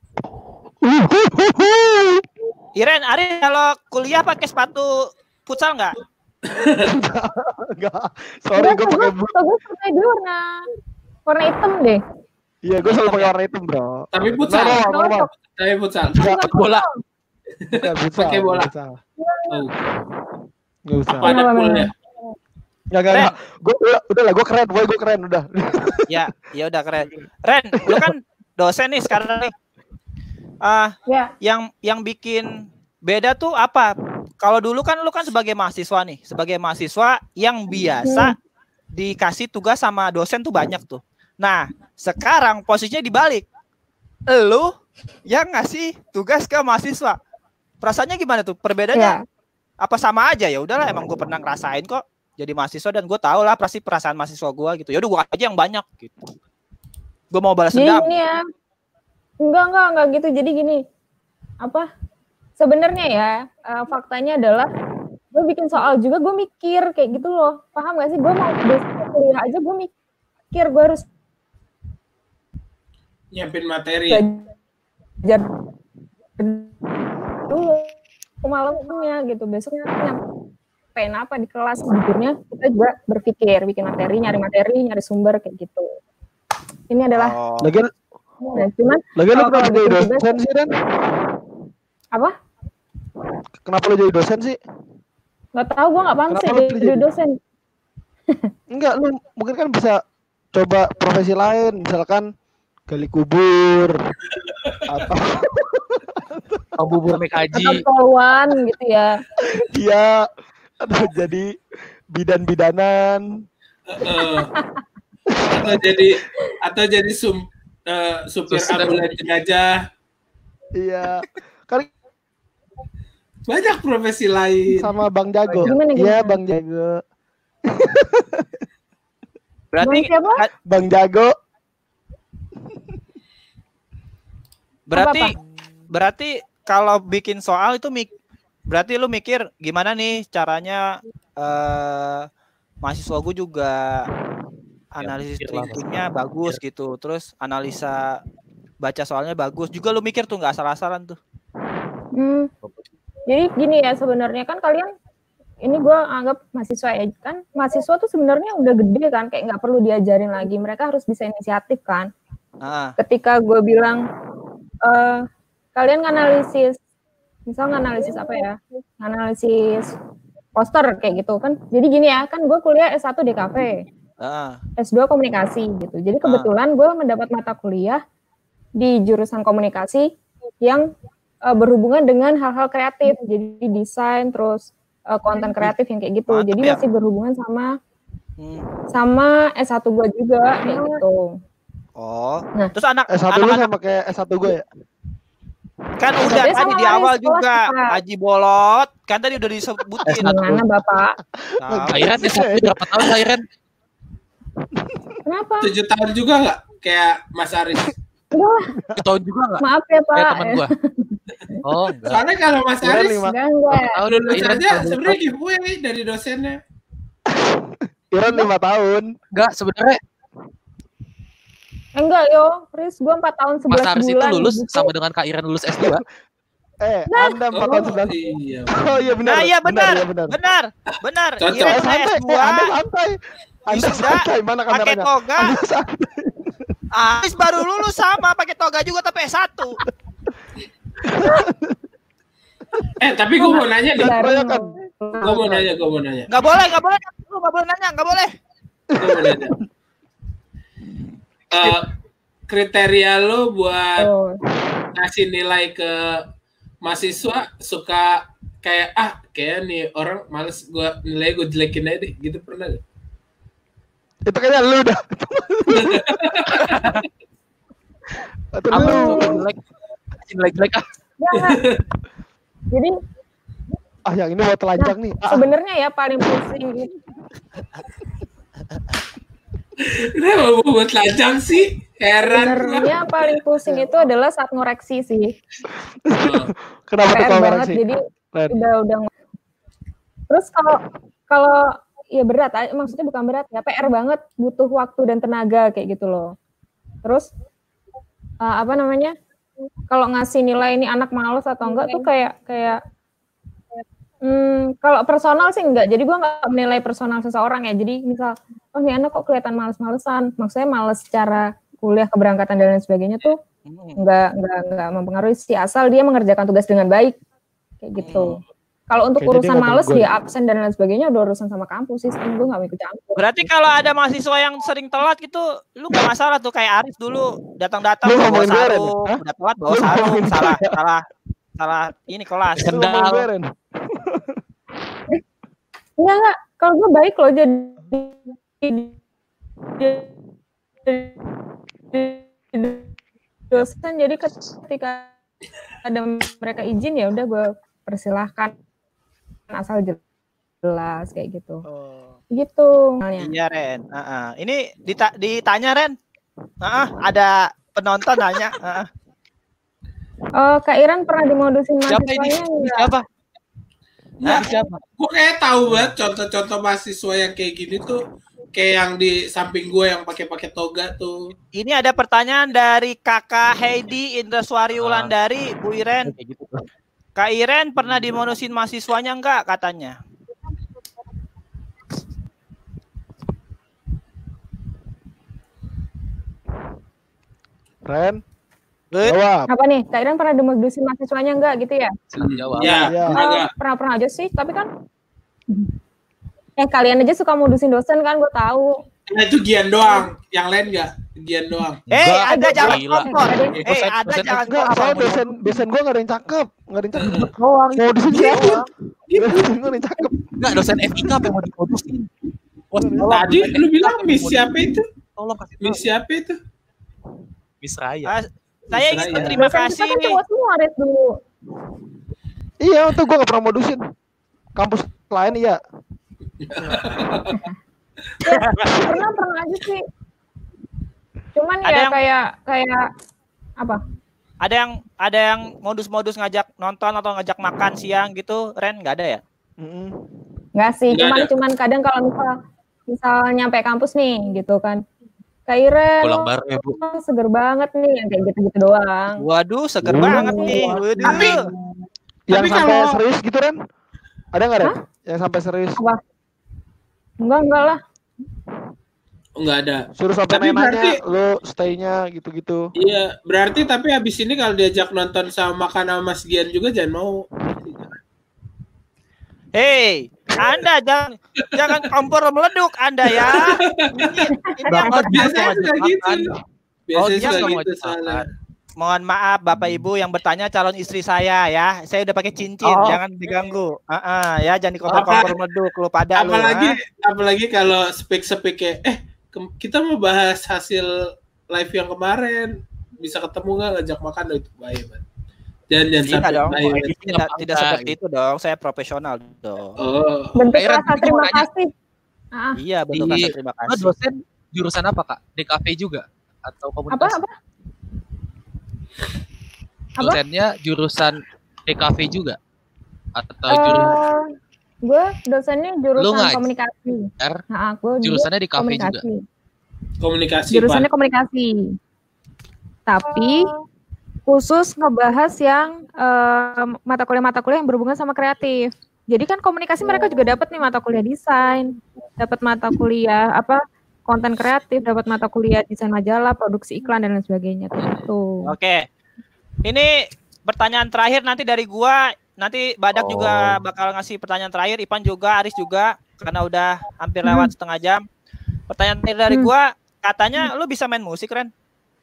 Iren, Aris kalau kuliah pakai sepatu futsal nggak? Enggak. Sorry, gue pakai boot. Gue pakai dia warna warna hitam deh. Iya, gue selalu pakai warna hitam, bro. Tapi futsal. Normal, normal. Tapi futsal. Enggak, Bola. bukan futsal, Pakai bola. futsal. Oh. Nggak usah. Apa ada Kenapa, poolnya? Enggak, enggak, enggak. Gue udah, udah lah, gue keren, boy, gue keren, udah. Ya, ya udah keren. Ren, lu kan dosen nih sekarang nih. Ah, Ya. yang yang bikin beda tuh apa? Kalau dulu kan lu kan sebagai mahasiswa nih, sebagai mahasiswa yang biasa dikasih tugas sama dosen tuh banyak tuh. Nah, sekarang posisinya dibalik. Lu yang ngasih tugas ke mahasiswa. Perasaannya gimana tuh? Perbedaannya Ya. apa sama aja? Ya udahlah, emang gue pernah ngerasain kok jadi mahasiswa dan gue tahu lah pasti perasaan mahasiswa gue gitu. Ya udah gue aja yang banyak gitu. Gue mau balas Jadi dendam. gini ya. Enggak, enggak, enggak gitu. Jadi gini. Apa? Sebenarnya ya, uh, faktanya adalah gue bikin soal juga gue mikir kayak gitu loh. Paham gak sih? Gue mau besok kuliah aja gue mikir gue harus Nyiapin materi. belajar dulu malamnya gitu. Besoknya nyampein apa di kelas. Jujurnya kita juga berpikir, bikin materi, nyari materi, nyari sumber kayak gitu. Ini adalah Oh. Lagian, nah, cuman lagian lu kalau kenapa kalau jadi bikin tugas- dosen sih, Ren? apa? Kenapa lu jadi dosen sih? Nggak tahu, gue nggak paham Kenapa sih lu jadi jadi- dosen. Enggak, lu mungkin kan bisa coba profesi lain, misalkan gali kubur atau Kang bubur naik Atau haji. poluan gitu ya. iya atau jadi bidan-bidanan. Eh, atau jadi atau jadi sum, eh, supir Suster. ambulan jenazah. Iya. Kan Banyak profesi lain. sama Bang Jago. Gimana, gimana? Iya, Bang Jago. Berarti Bang siapa? Bang Jago. berarti Apa-apa? berarti kalau bikin soal itu mik berarti lu mikir gimana nih caranya eh mahasiswa gue juga analisis mikir lah, thinkingnya bagus gitu, terus analisa baca soalnya bagus juga, lu mikir tuh nggak asal-asalan tuh. Hmm. Jadi gini ya sebenarnya kan kalian ini gue anggap mahasiswa ya kan mahasiswa tuh sebenarnya udah gede kan kayak nggak perlu diajarin lagi, mereka harus bisa inisiatif kan. Ah. Ketika gue bilang uh, kalian nganalisis misal nganalisis apa ya nganalisis poster kayak gitu kan, jadi gini ya kan gue kuliah S satu D K V, ah. S dua komunikasi gitu, jadi kebetulan ah. gue mendapat mata kuliah di jurusan komunikasi yang uh, berhubungan dengan hal-hal kreatif, jadi desain terus konten uh, kreatif yang kayak gitu. Mantap, jadi ya? Masih berhubungan sama hmm. sama S satu gue juga kayak gitu. Oh. Nah, terus anak S satu lu sama kayak S satu gue ya? Kan S udah tadi di awal juga Haji Bolot, kan tadi udah disebutin. Gimana Bapak? Kairan S satu berapa tahun Kairan? Kenapa? tujuh tahun juga enggak kayak Mas Aris? Enggak. Tahun juga enggak? Maaf ya Pak. Kayak teman gua. Oh, enggak. Soalnya kalau Mas Aris enggak enggak. Lulus aja sebenarnya giveaway dari dosennya. Iran lima tahun. Enggak, sebenarnya enggak yo, Riz gua empat tahun sebelas bulan. Mas Aris itu lulus gitu. Sama dengan Kak Iran lulus S dua. Eh, nah. Anda empat tahun sebelas. Iya. Oh iya benar. Nah, iya benar. Benar. Benar. Benar. Iran S dua. Anda santai. Anda santai mana kameranya? Pakai toga. Aris baru lulus sama pakai toga juga tapi S satu. eh tapi gue mau nanya nih. Gue mau nanya, gue mau nanya. Gak boleh, gak boleh. Lu gak boleh nanya, gak boleh. Gue mau nanya. Uh, kriteria lo buat oh. ngasih nilai ke mahasiswa suka kayak ah kayak nih orang males gue nilai gue jelekin aja deh gitu pernah gak? Itu kayaknya lu dah. Atau lu jelek, jelek-jelek ah. Jadi, ah yang ini mau telanjang nah, nih. Ah. Sebenarnya ya paling pusing. Kenapa mau buat telanjang sih? Heran. Sebenarnya paling pusing itu adalah saat ngoreksi sih. Oh. Kenapa tuh ngoreksi? Jadi Ren. udah udah. Terus kalau kalau ya berat, maksudnya bukan berat ya, P R banget, butuh waktu dan tenaga kayak gitu loh. Terus uh, apa namanya? Kalau ngasih nilai ini anak malas atau enggak tuh kayak kayak hmm, kalau personal sih enggak. Jadi gua enggak menilai personal seseorang ya. Jadi misal oh ini anak kok kelihatan malas-malesan, maksudnya malas secara kuliah, keberangkatan dan lain sebagainya tuh enggak enggak enggak mempengaruhi sih, asal dia mengerjakan tugas dengan baik kayak gitu. Kalau untuk kayaknya urusan males dia absen dan lain sebagainya udah urusan sama kampus sih, gue nggak mau ikut campur. Berarti kalau ada mahasiswa yang sering telat gitu, lu nggak masalah tuh kayak Arif dulu datang-datang bawa sarung, udah telat bawa sarung, salah salah salah ini kelas. Enggak enggak, kalau gue baik loh jadi dosen, jadi ketika ada mereka izin ya udah gue persilahkan asal jelas kayak gitu. Oh. Gitu. Iya Ren. Uh-uh. Ini dita- ditanya Ren. Uh-uh. Ada penonton nanya. Uh-uh. Oh, Kak Iran pernah dimodusin mahasiswanya enggak? Siapa? Nah, siapa? Gue kayak tahu banget contoh-contoh mahasiswa yang kayak gini tuh, kayak yang di samping gue yang pakai-pakai toga tuh. Ini ada pertanyaan dari Kakak Heidi Indraswari Wulandari, Bu Iren. Kak Iren pernah dimodusin mahasiswanya enggak katanya? Ren? Jawab. Apa nih? Kak Iren pernah dimodusin mahasiswanya enggak gitu ya? Jawab. Ya, ya. Uh, pernah-pernah aja sih, tapi kan eh kalian aja suka modusin dosen kan, gue tahu. Nah, itu Gian doang, yang lain enggak? Gian doang. Eh, hey, ada jangan kompor. Eh, hey, ada jangan kompor. Dosen dosen gue nggak ada yang cakep, nggak ada yang cakep. Doang. Mau dosen siapa? Dosen gue ada yang cakep. Enggak, dosen F I K apa yang mau dimodusin? Tadi lu bilang Miss siapa itu? Tolong kasih tahu. Miss siapa itu? Miss Raya. Uh, saya ingin berterima kasih. Kita kan cowok semua Red dulu. Iya, untuk gue nggak pernah modusin. Kampus lain iya. Ya, pernah pernah aja sih. Cuman ada ya yang, kayak kayak apa? Ada yang ada yang modus-modus ngajak nonton atau ngajak makan siang gitu, Ren nggak ada ya? Mm-hmm. Nggak sih, nggak cuman ada. Cuman kadang kalau misal misal nyampe kampus nih gitu kan. Kak Iren, pulang bareng ya, Bu. Seger banget nih yang kayak gitu-gitu doang. Waduh, seger uh, banget nih. Waduh. Tapi Yang Tapi sampai kalau- serius gitu kan? Ada nggak Ren? Hah? Yang sampai serius? Apa? Enggak, enggak lah. Enggak ada. Suruh sampai Tapi nanya, berarti- lu stay-nya gitu-gitu. Iya, berarti tapi habis ini kalau diajak nonton sama makan sama Mas Gian juga jangan mau. Hei, Anda jangan jangan kompor meleduk Anda ya. Ini, ini yang Bapak bertanya. Biasanya ngajak suka gitu. makan. Biasanya Oh, dia suka nggak mau gitu ngajak soalnya. makan. Mohon maaf Bapak Ibu yang bertanya calon istri saya ya. Saya udah pakai cincin, Oh. jangan diganggu. Heeh, ya jangan dikompor-kompor meleduk lu pada lu. Apalagi ha? apalagi kalau speak-speak kayak eh ke- kita mau bahas hasil live yang kemarin, bisa ketemu nggak ngajak makan. Oh, itu bahaya banget. Jangan jangan Tidak sampai dong, bahaya banget. tidak, tidak seperti itu dong. Saya profesional dong. Oh, Bentuk Kairan, rasa aku terima mau nanya. kasih. Ah, Iya, bentuk Di- rasa terima Lo kasih. dosen jurusan apa kak? D K V juga atau apa komunikasi? apa? Apa? Dosennya jurusan D K V juga atau jurusan Eh, gue dosennya Lu jurusan ngajar? komunikasi. R? Nah, gue Jurusannya di K V juga. komunikasi. komunikasi Jurusannya Pak. komunikasi. Tapi khusus ngebahas yang eh, mata kuliah-mata kuliah yang berhubungan sama kreatif. Jadi kan komunikasi mereka juga dapat nih mata kuliah desain, dapat mata kuliah apa konten kreatif, dapat mata kuliah desain majalah, produksi iklan dan lain sebagainya gitu. Oke. Ini pertanyaan terakhir nanti dari gua, nanti Badak Oh. juga bakal ngasih pertanyaan terakhir, Ipan juga, Aris juga karena udah hampir lewat setengah jam. Pertanyaan terakhir dari Hmm. gua, katanya lu bisa main musik, Ren?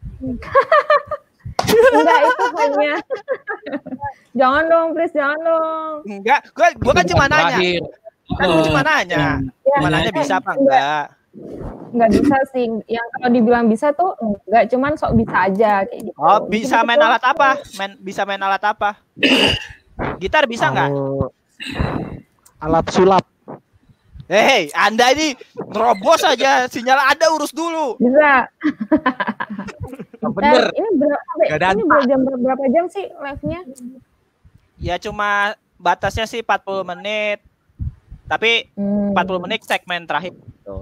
Enggak itu hanya jangan dong please jangan dong. Enggak, gua gua kan cuma nanya. terakhir. Kan gua cuma nanya. Ya, Cuma nanya bisa apa enggak. enggak? Enggak bisa sih. Yang kalau dibilang bisa tuh enggak cuman sok bisa aja kayak gitu. Oh, bisa Gitu. main alat apa? Main bisa main alat apa? Gitar bisa enggak? Oh, alat sulap. Hei, Anda ini nerobos aja, sinyal ada urus dulu. Bisa. Oh, Dan bener. ini berapa sampai Gak ada ini berapa jam berapa jam sih live-nya? Ya cuma batasnya sih empat puluh menit. Tapi Hmm. empat puluh menit segmen terakhir.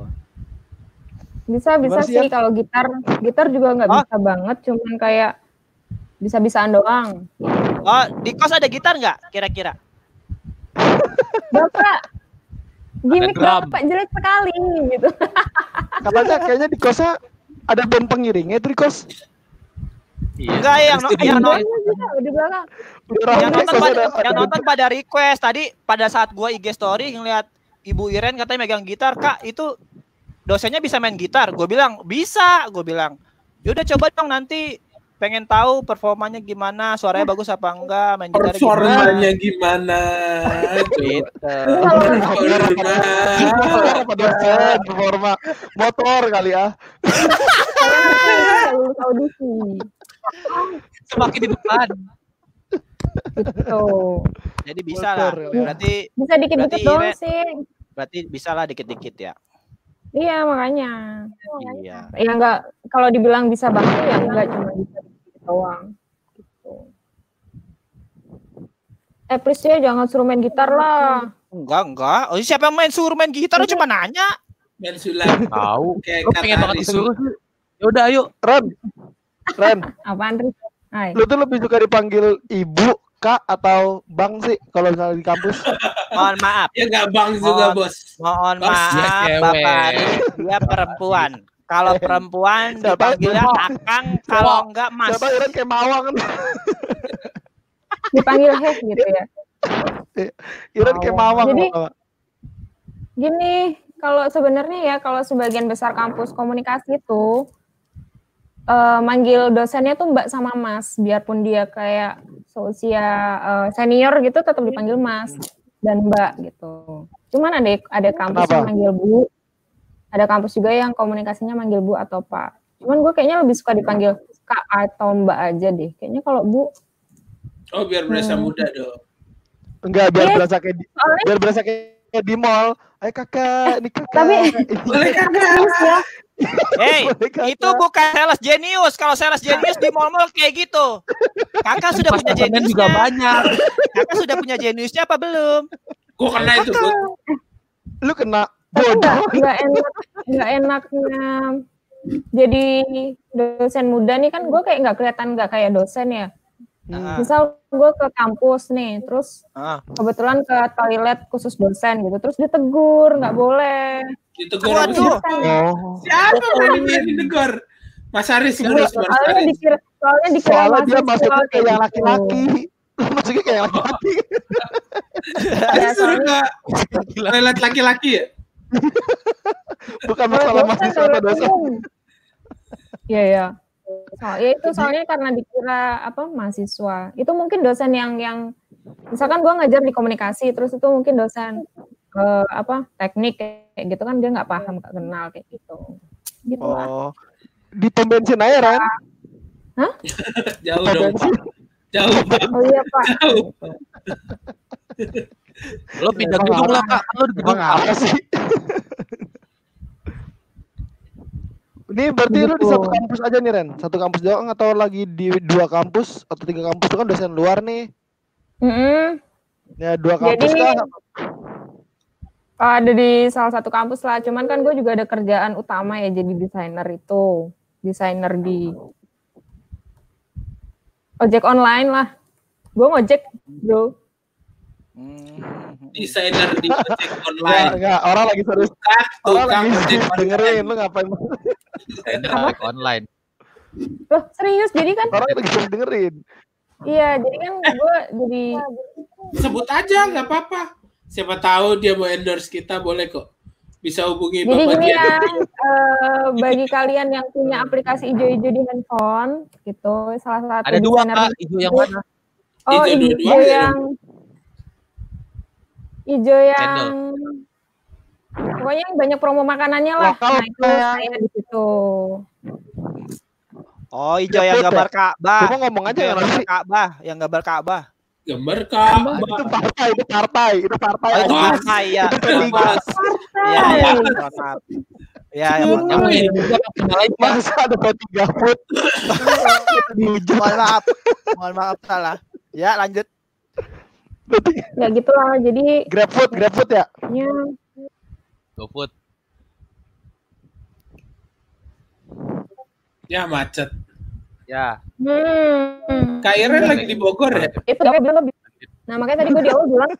Bisa bisa Gimana sih, sih Yan? kalau gitar gitar juga nggak Oh. bisa banget cuman kayak bisa-bisaan doang. Oh, di kos ada gitar nggak kira-kira? Bapak gimmick drum. bapak jelek sekali gitu. Katanya kayaknya di kosnya ada band pengiringnya itu di kos. Iya. Enggak, yang, Studio yang, noise. Banyak juga di belakang. Udah yang rame, nonton kosnya pada, ada- yang ada nonton pada request tadi pada saat gua I G story ngeliat Ibu Iren katanya megang gitar, Kak itu dosennya bisa main gitar. Gue bilang bisa, gue bilang. Yaudah coba dong nanti pengen tahu performanya gimana, suaranya bagus apa enggak, main gitar Performanya gimana? Gitu. Performa. Motor apa dosen, performa motor kali ya. Saya lulus audisi Semakin di depan. gitu. Jadi bisa lah. Motor, ya. Berarti Bisa dikit-dikit Berarti doang Iren- sih. berarti bisa lah dikit-dikit ya. Iya makanya. Iya. Ya enggak kalau dibilang bisa banget ya enggak cuma bisa dikit doang. Gitu. Eh please ya jangan suruh main gitar lah. Enggak, enggak. Oh, siapa yang main suruh main gitar? Lu cuma nanya. Main sulap. Tahu. Kayak Gue pengen kata banget Aris. disuruh sih. Ya udah ayo. Ren, Ren, Apaan Riz? Hai. lu tuh lebih suka dipanggil ibu, kak atau bang sih kalau misalnya di kampus? Mohon maaf. Ya nggak bang juga Oh. bos. Mohon Bos, maaf, dia cewek. Bapak Aris, dia perempuan. Kalau perempuan Siapa? dipanggilnya akang, kalau enggak mas. Siapa Iren kayak mawang kan? Dipanggil heh gitu ya. Iren kayak mawang. Jadi- Mawang. Gini, kalau sebenarnya ya kalau sebagian besar kampus komunikasi itu eh, manggil dosennya tuh Mbak sama Mas, biarpun dia kayak seusia eh, senior gitu tetap dipanggil Mas dan Mbak gitu. Cuman ada ada kampus Kenapa? yang manggil Bu, ada kampus juga yang komunikasinya manggil Bu atau Pak. Cuman gue kayaknya lebih suka dipanggil Kak atau Mbak aja deh. Kayaknya kalau Bu, Oh biar berasa Hmm. muda dong. Enggak, biar Iya. berasa kayak di, soalnya biar berasa kayak di mall. Ayo kakak, ini kakak. Tapi- Boleh kakak. serius ya, Hei, Boleh, kakak. itu bukan sales genius. Kalau sales genius di mall-mall kayak gitu. Kakak sudah punya Apartemen juga jeniusnya. banyak. Kakak sudah punya jeniusnya apa belum? Gue kena itu. Gua. Lu kena tapi bodoh. nggak nggak enak nggak enaknya jadi dosen muda nih kan gue kayak nggak kelihatan nggak kayak dosen ya. Hmm. Misal gue ke kampus nih, terus ah. kebetulan ke toilet khusus dosen gitu, terus ditegur, nggak boleh. Ditegur apa sih? Oh. Siapa yang ditegur? Mas Aris, soalnya dikira, soalnya dikira soalnya dia masuknya kayak laki-laki. Masuknya kayak laki-laki. Dia suruh ke toilet laki-laki ya? Bukan masalah mahasiswa atau dosen. Iya, iya. Soalnya itu soalnya karena dikira apa mahasiswa. Itu mungkin dosen yang yang misalkan gue ngajar di komunikasi, terus itu mungkin dosen uh, apa teknik kayak gitu kan dia nggak paham, nggak kenal kayak gitu. Gitu oh. lah. Di pom bensin aja kan? Hah? Jauh dong Pak. Jauh Pak. Oh iya Pak. Jauh. Lo pindah gedung lah Kak. Lo di gedung apa sih? Ini berarti lu di satu kampus aja nih Ren? Satu kampus doang atau lagi di dua kampus atau tiga kampus? Itu kan dosen luar nih. Mm-hmm. Ya dua kampus Jadi, kah? Ada di salah satu kampus lah. Cuman kan gue juga ada kerjaan utama ya jadi desainer itu. Desainer di ojek online lah. Gue ngojek bro. Desainer di ojek online. Enggak, orang lagi serius. Orang lagi dengerin lu ngapain? Desainer ojek online. Loh serius jadi kan? Orang lagi dengerin. Iya, jadi kan gue jadi sebut aja nggak apa-apa. Siapa tahu dia mau endorse kita boleh kok. Bisa hubungi jadi Bapak gini dia. Ya, uh, bagi kalian yang punya aplikasi ijo-ijo di handphone gitu, salah satu ada dua Kak, ijo yang mana? Oh, ijo, ijo dua, yang ijo yang pokoknya yang banyak promo makanannya lah. Lokal nah, itu yang... saya di situ. Oh, ijo yang gambar Ka'bah. Cuma ngomong aja yang gambar Ka'bah, yang gambar Ka'bah. Gambar Ka'bah. Itu partai, itu partai, itu partai. Oh, itu partai ya. Itu P tiga. Iya, iya, maaf. Ya, ya, yang ini juga lain masa ada P tiga food. Mohon maaf. Mohon maaf salah. Ya, lanjut. Ya gitulah, jadi GrabFood, GrabFood ya? Ya. GoFood. Ya macet. Ya. Hmm. Kak Iren lagi di Bogor ya? Itu gak bilang lebih. Nah makanya tadi gue di awal bilang.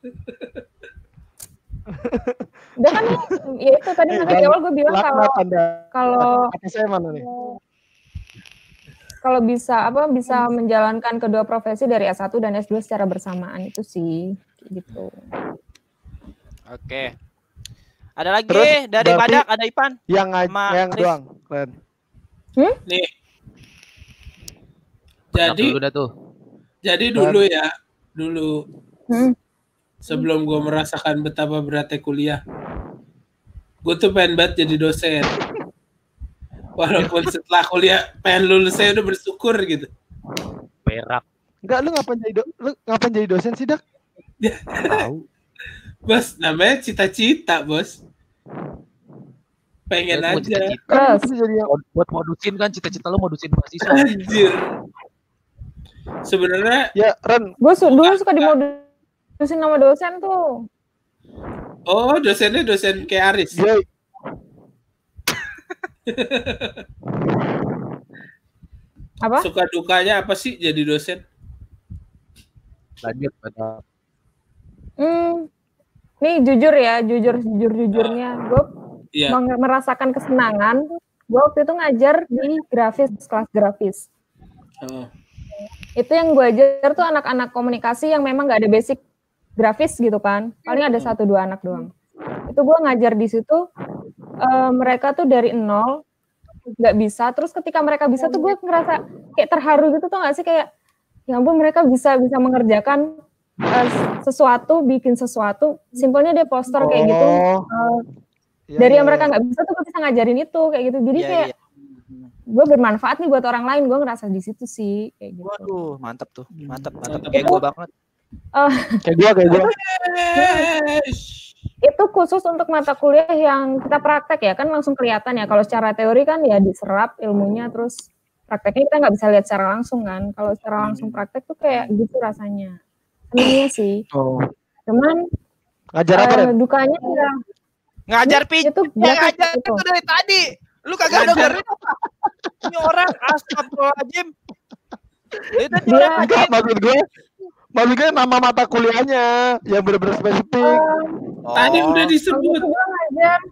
Udah kan ya itu tadi makanya di awal gue bilang kalau kalau saya mana nih? Kalau bisa apa bisa menjalankan kedua profesi dari S satu dan S dua secara bersamaan itu sih gitu. Oke. Ada lagi terus, dari Badak, ada Ipan. Yang yang doang, keren. Hmm? Nih. Jadi dulu tuh. Jadi dulu ya, dulu hmm. sebelum gue merasakan betapa beratnya kuliah, gue tuh pengen banget jadi dosen. Walaupun setelah kuliah pengen lulus saya udah bersyukur gitu. Berak. Enggak, lu ngapain jadi do- lu ngapain jadi dosen sih, Dak? Tahu. Bos, namanya cita-cita, Bos. Pengen ya, aja. Cita-cita. Jadi buat modusin kan cita-cita lu modusin mahasiswa. Anjir. Sebenarnya ya Ren, gue su- dulu suka dimodusin sama dosen tuh. Oh, dosennya dosen kayak Aris. Ya. Apa? Suka dukanya apa sih jadi dosen? Lanjut pada. Hmm. Nih jujur ya, jujur jujur jujurnya, gue yeah. merasakan kesenangan. Gue waktu itu ngajar di grafis, kelas grafis. Oh. Itu yang gue ajar tuh anak-anak komunikasi yang memang nggak ada basic grafis gitu kan, paling ada satu dua anak doang. Itu gue ngajar di situ, uh, mereka tuh dari nol nggak bisa, terus ketika mereka bisa tuh gue ngerasa kayak terharu gitu tuh nggak sih, kayak ya ampun mereka bisa bisa mengerjakan uh, sesuatu, bikin sesuatu, simpelnya dia poster kayak gitu. Uh, ya, dari ya, yang mereka nggak bisa tuh gue bisa ngajarin itu kayak gitu, jadi ya, kayak ya. Gue bermanfaat nih buat orang lain, gue ngerasa di situ sih kayak gitu. Waduh, mantap tuh, mantap, mantap, kayak gue banget. Uh, kayak gue, kayak gue. Itu khusus untuk mata kuliah yang kita praktek ya, kan langsung kelihatan ya. Kalau secara teori kan ya diserap ilmunya, terus prakteknya kita nggak bisa lihat secara langsung kan. Kalau secara langsung praktek tuh kayak gitu rasanya. Senangnya sih. Oh. Cuman ngajar apa? Uh, dukanya ya. Ngajar pijat itu, ngajar itu dari tadi. Lu kagak dengerin apa? Ini orang astagfirullahaladzim. Itu dia enggak maksud gue. Maksud gue nama mata kuliahnya yang benar-benar spesifik. Oh. Tadi udah disebut. Gue ngajar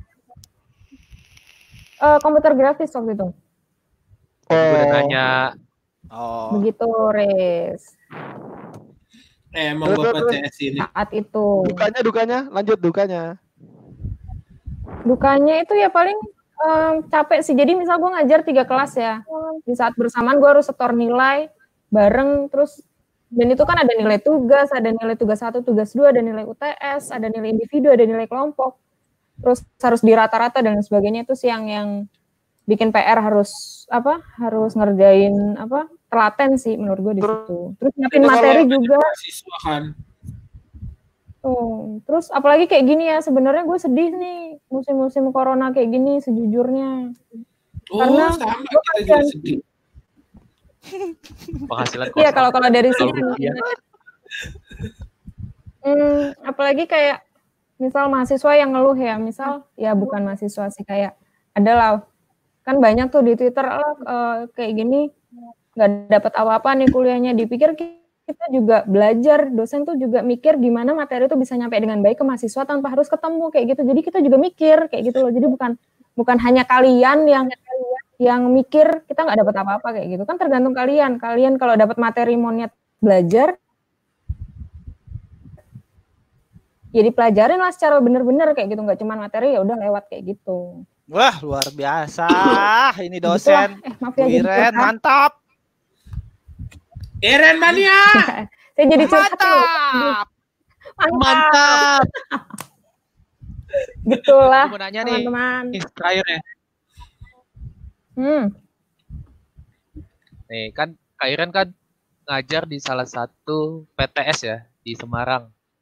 uh, komputer grafis waktu itu. Oh. Gue udah nanya. Oh. Begitu, Riz. Eh, emang Bapak C S ini. Saat itu. Dukanya, dukanya, lanjut dukanya. Dukanya itu ya paling um, capek sih. Jadi misal gue ngajar tiga kelas ya. Di saat bersamaan gue harus setor nilai bareng terus. Dan itu kan ada nilai tugas, ada nilai tugas satu, tugas dua, ada nilai U T S, ada nilai individu, ada nilai kelompok. Terus harus dirata-rata dan sebagainya. Itu sih yang yang bikin P R harus apa? Harus ngerjain apa? Telaten sih menurut gue di situ. Terus nyiapin materi juga. Siswa kan. Tuh, terus apalagi kayak gini ya, sebenarnya gue sedih nih musim-musim corona kayak gini sejujurnya. Oh, karena sama kita juga sedih. Penghasilan iya kalau kalau dari sini hmm, apalagi kayak misal mahasiswa yang ngeluh ya, misal ya bukan mahasiswa sih, kayak adalah kan banyak tuh di Twitter lah uh, kayak gini nggak dapat apa-apa nih kuliahnya, dipikir kita juga belajar, dosen tuh juga mikir gimana materi itu bisa nyampe dengan baik ke mahasiswa tanpa harus ketemu kayak gitu, jadi kita juga mikir kayak gitu loh, jadi bukan bukan hanya kalian yang yang mikir kita nggak dapat apa-apa kayak gitu, kan tergantung kalian. Kalian kalau dapat materi monyet belajar, ya dipelajarin lah secara bener-bener kayak gitu, nggak cuma materi ya udah lewat kayak gitu. Wah luar biasa, ini dosen. Eh, maaf ya, Iren mantap. Iren mania. Saya jadi mantap. Mantap. Mantap. Gitulah. Aku mau nanya nih, nih terakhir ya. Hmm. Nih kan Kak Iren kan ngajar di salah satu P T S ya di Semarang.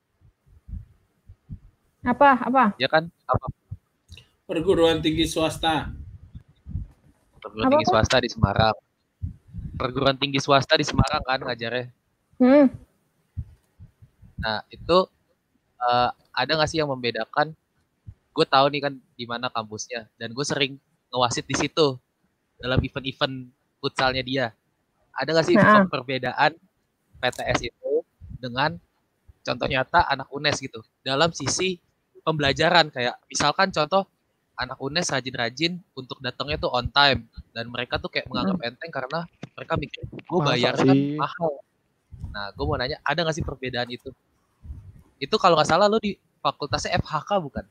Apa? Apa? Ya kan? Apa? Perguruan tinggi swasta. Perguruan apa, tinggi apa? swasta di Semarang. Perguruan tinggi swasta di Semarang kan ngajarnya. Hmm. Nah itu uh, ada nggak sih yang membedakan? Gue tahu nih kan di mana kampusnya dan gue sering ngewasit di situ. Dalam event-event futsalnya dia. Ada nggak sih nah. perbedaan P T S itu dengan contoh nyata anak U N E S gitu? Dalam sisi pembelajaran kayak misalkan contoh anak U N E S rajin-rajin untuk datangnya tuh on time. Dan mereka tuh kayak menganggap hmm. enteng karena mereka mikir gue bayar kan mahal. Nah gue mau nanya ada nggak sih perbedaan itu? Itu kalau nggak salah lo di fakultasnya F H K bukan?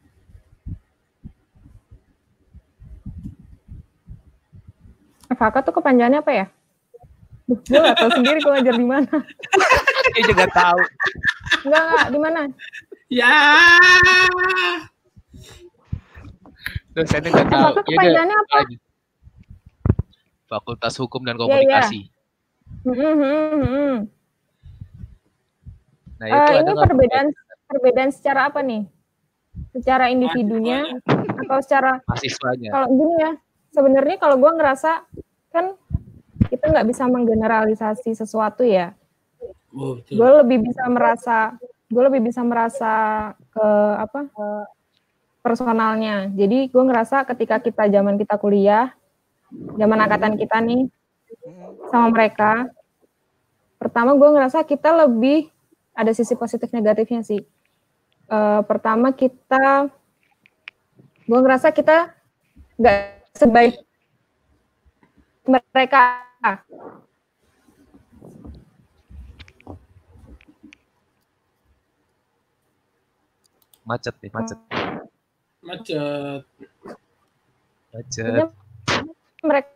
F H K tuh kepanjangannya apa ya? Duh, gue gak tahu sendiri gue ngajar di mana. Dia juga tahu. Enggak, enggak, di mana? Ya. Dosennya nggak tahu. F H K kepanjangannya apa? Fakultas Hukum dan Komunikasi. Ya, ya. Hmm, hmm, hmm. Nah, itu uh, ini perbedaan perbedaan secara apa nih? Secara individunya atau secara mahasiswanya? Kalau gini ya, sebenarnya kalau gue ngerasa kan kita nggak bisa menggeneralisasi sesuatu ya. Oh, gue lebih bisa merasa, gue lebih bisa merasa ke apa? Ke personalnya. Jadi gue ngerasa ketika kita zaman kita kuliah, zaman angkatan kita nih sama mereka, pertama gue ngerasa kita lebih ada sisi positif negatifnya sih. Uh, pertama kita, gue ngerasa kita nggak sebaik mereka. Macet nih, macet. Macet. Macet. Mereka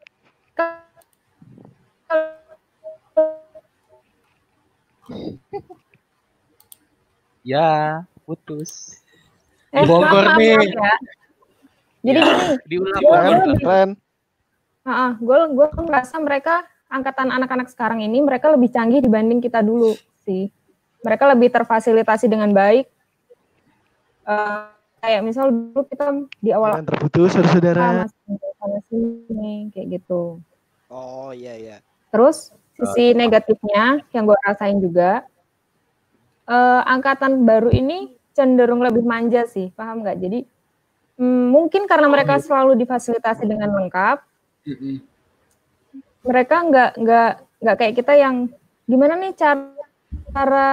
ya, putus. Eh, Bogor maaf, nih. Maaf ya. Jadi ya, gini, diulang keren. Uh, gue gue merasa mereka angkatan anak-anak sekarang ini mereka lebih canggih dibanding kita dulu sih. Mereka lebih terfasilitasi dengan baik. Uh, kayak misal dulu kita di awal yang terputus saudara. Sama sini kayak gitu. Oh iya iya. Terus sisi negatifnya yang gue rasain juga, uh, angkatan baru ini cenderung lebih manja sih, paham nggak? Jadi mm, mungkin karena mereka selalu difasilitasi dengan lengkap, mereka nggak nggak nggak kayak kita yang gimana nih cara cara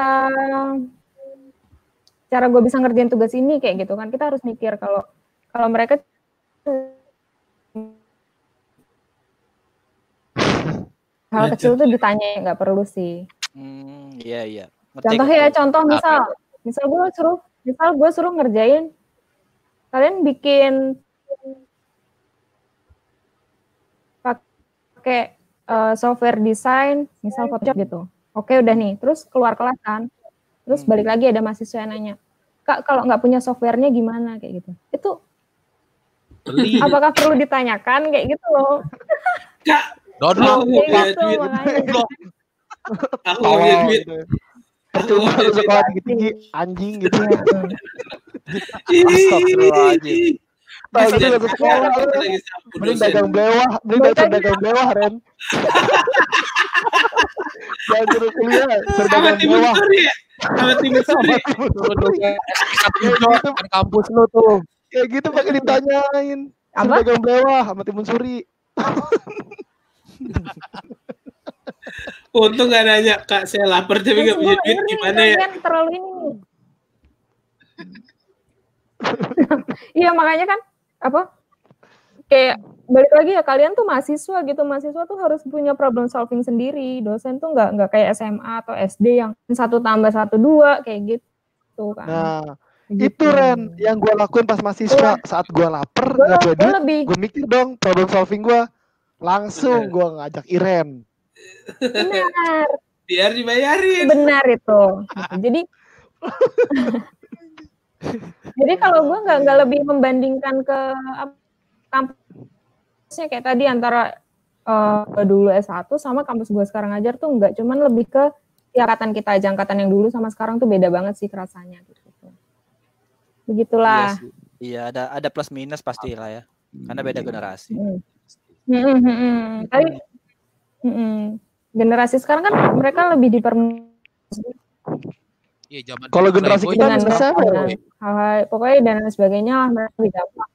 cara gue bisa ngerjain tugas ini kayak gitu kan. Kita harus mikir kalau kalau mereka hal kecil tuh ditanya, nggak perlu sih. Hmm, iya iya. Ngerti, Contoh ngerti. ya, contoh misal, misal gue suruh, misal gue suruh ngerjain, kalian bikin pakai uh, software desain, misal Photoshop gitu. Oke udah nih, terus keluar kelas kan, terus balik lagi ada mahasiswa yang nanya, Kak kalau nggak punya softwarenya gimana kayak gitu. Itu Beli. apakah perlu ditanyakan kayak gitu loh? Kak, Download. aku punya Gitu, duit. makanya. Aku punya duit. Percuma lu sekolah tinggi-tinggi anjing gitu. Astagfirullahaladzim. Tahu gitu Jadi, lu sekolah aku lu. lagi sapu Mending dosen. dagang belewah, mending dagang dagang belewah Ren. Jangan suruh kuliah, suruh Sama dagang timun belewah. suri ya? Sama timun suri. Kan kampus lu tuh. Kayak gitu pakai ditanyain. Suruh Apa? dagang belewah sama timun suri. Untung gak nanya, Kak saya lapar tapi gak punya duit, gimana ya? Kalian terlalu ini. Iya makanya kan apa? Kayak balik lagi ya kalian tuh mahasiswa gitu, mahasiswa tuh harus punya problem solving sendiri. Dosen tuh nggak nggak kayak S M A atau S D yang satu tambah satu dua kayak gitu kan. Nah, gitu. itu Ren yang gue lakuin pas mahasiswa. Saat gue lapar, Gue nggak punya duit, lebih gue mikir dong problem solving gue. Langsung gue ngajak Iren. benar, Biar dibayarin. benar itu. Gitu. Jadi jadi kalau gue nggak nggak lebih membandingkan ke apa, kampusnya kayak tadi antara uh, dulu S satu sama kampus gue sekarang ngajar tuh nggak, cuman lebih ke ya, angkatan kita aja, angkatan yang dulu sama sekarang tuh beda banget sih kerasanya gitu. Begitulah. Iya, sih. Iya, ada ada plus minus pastilah ya. Karena beda generasi. Hmm. Hmm, hmm, hmm, hmm. Tapi hmm, hmm. generasi sekarang kan mereka lebih diper Iya, zaman Kalau dulu generasi Playboy kita dengan minusnya apa? dengan hal-hal pokoknya dan lain sebagainya lah, mereka lebih gampang.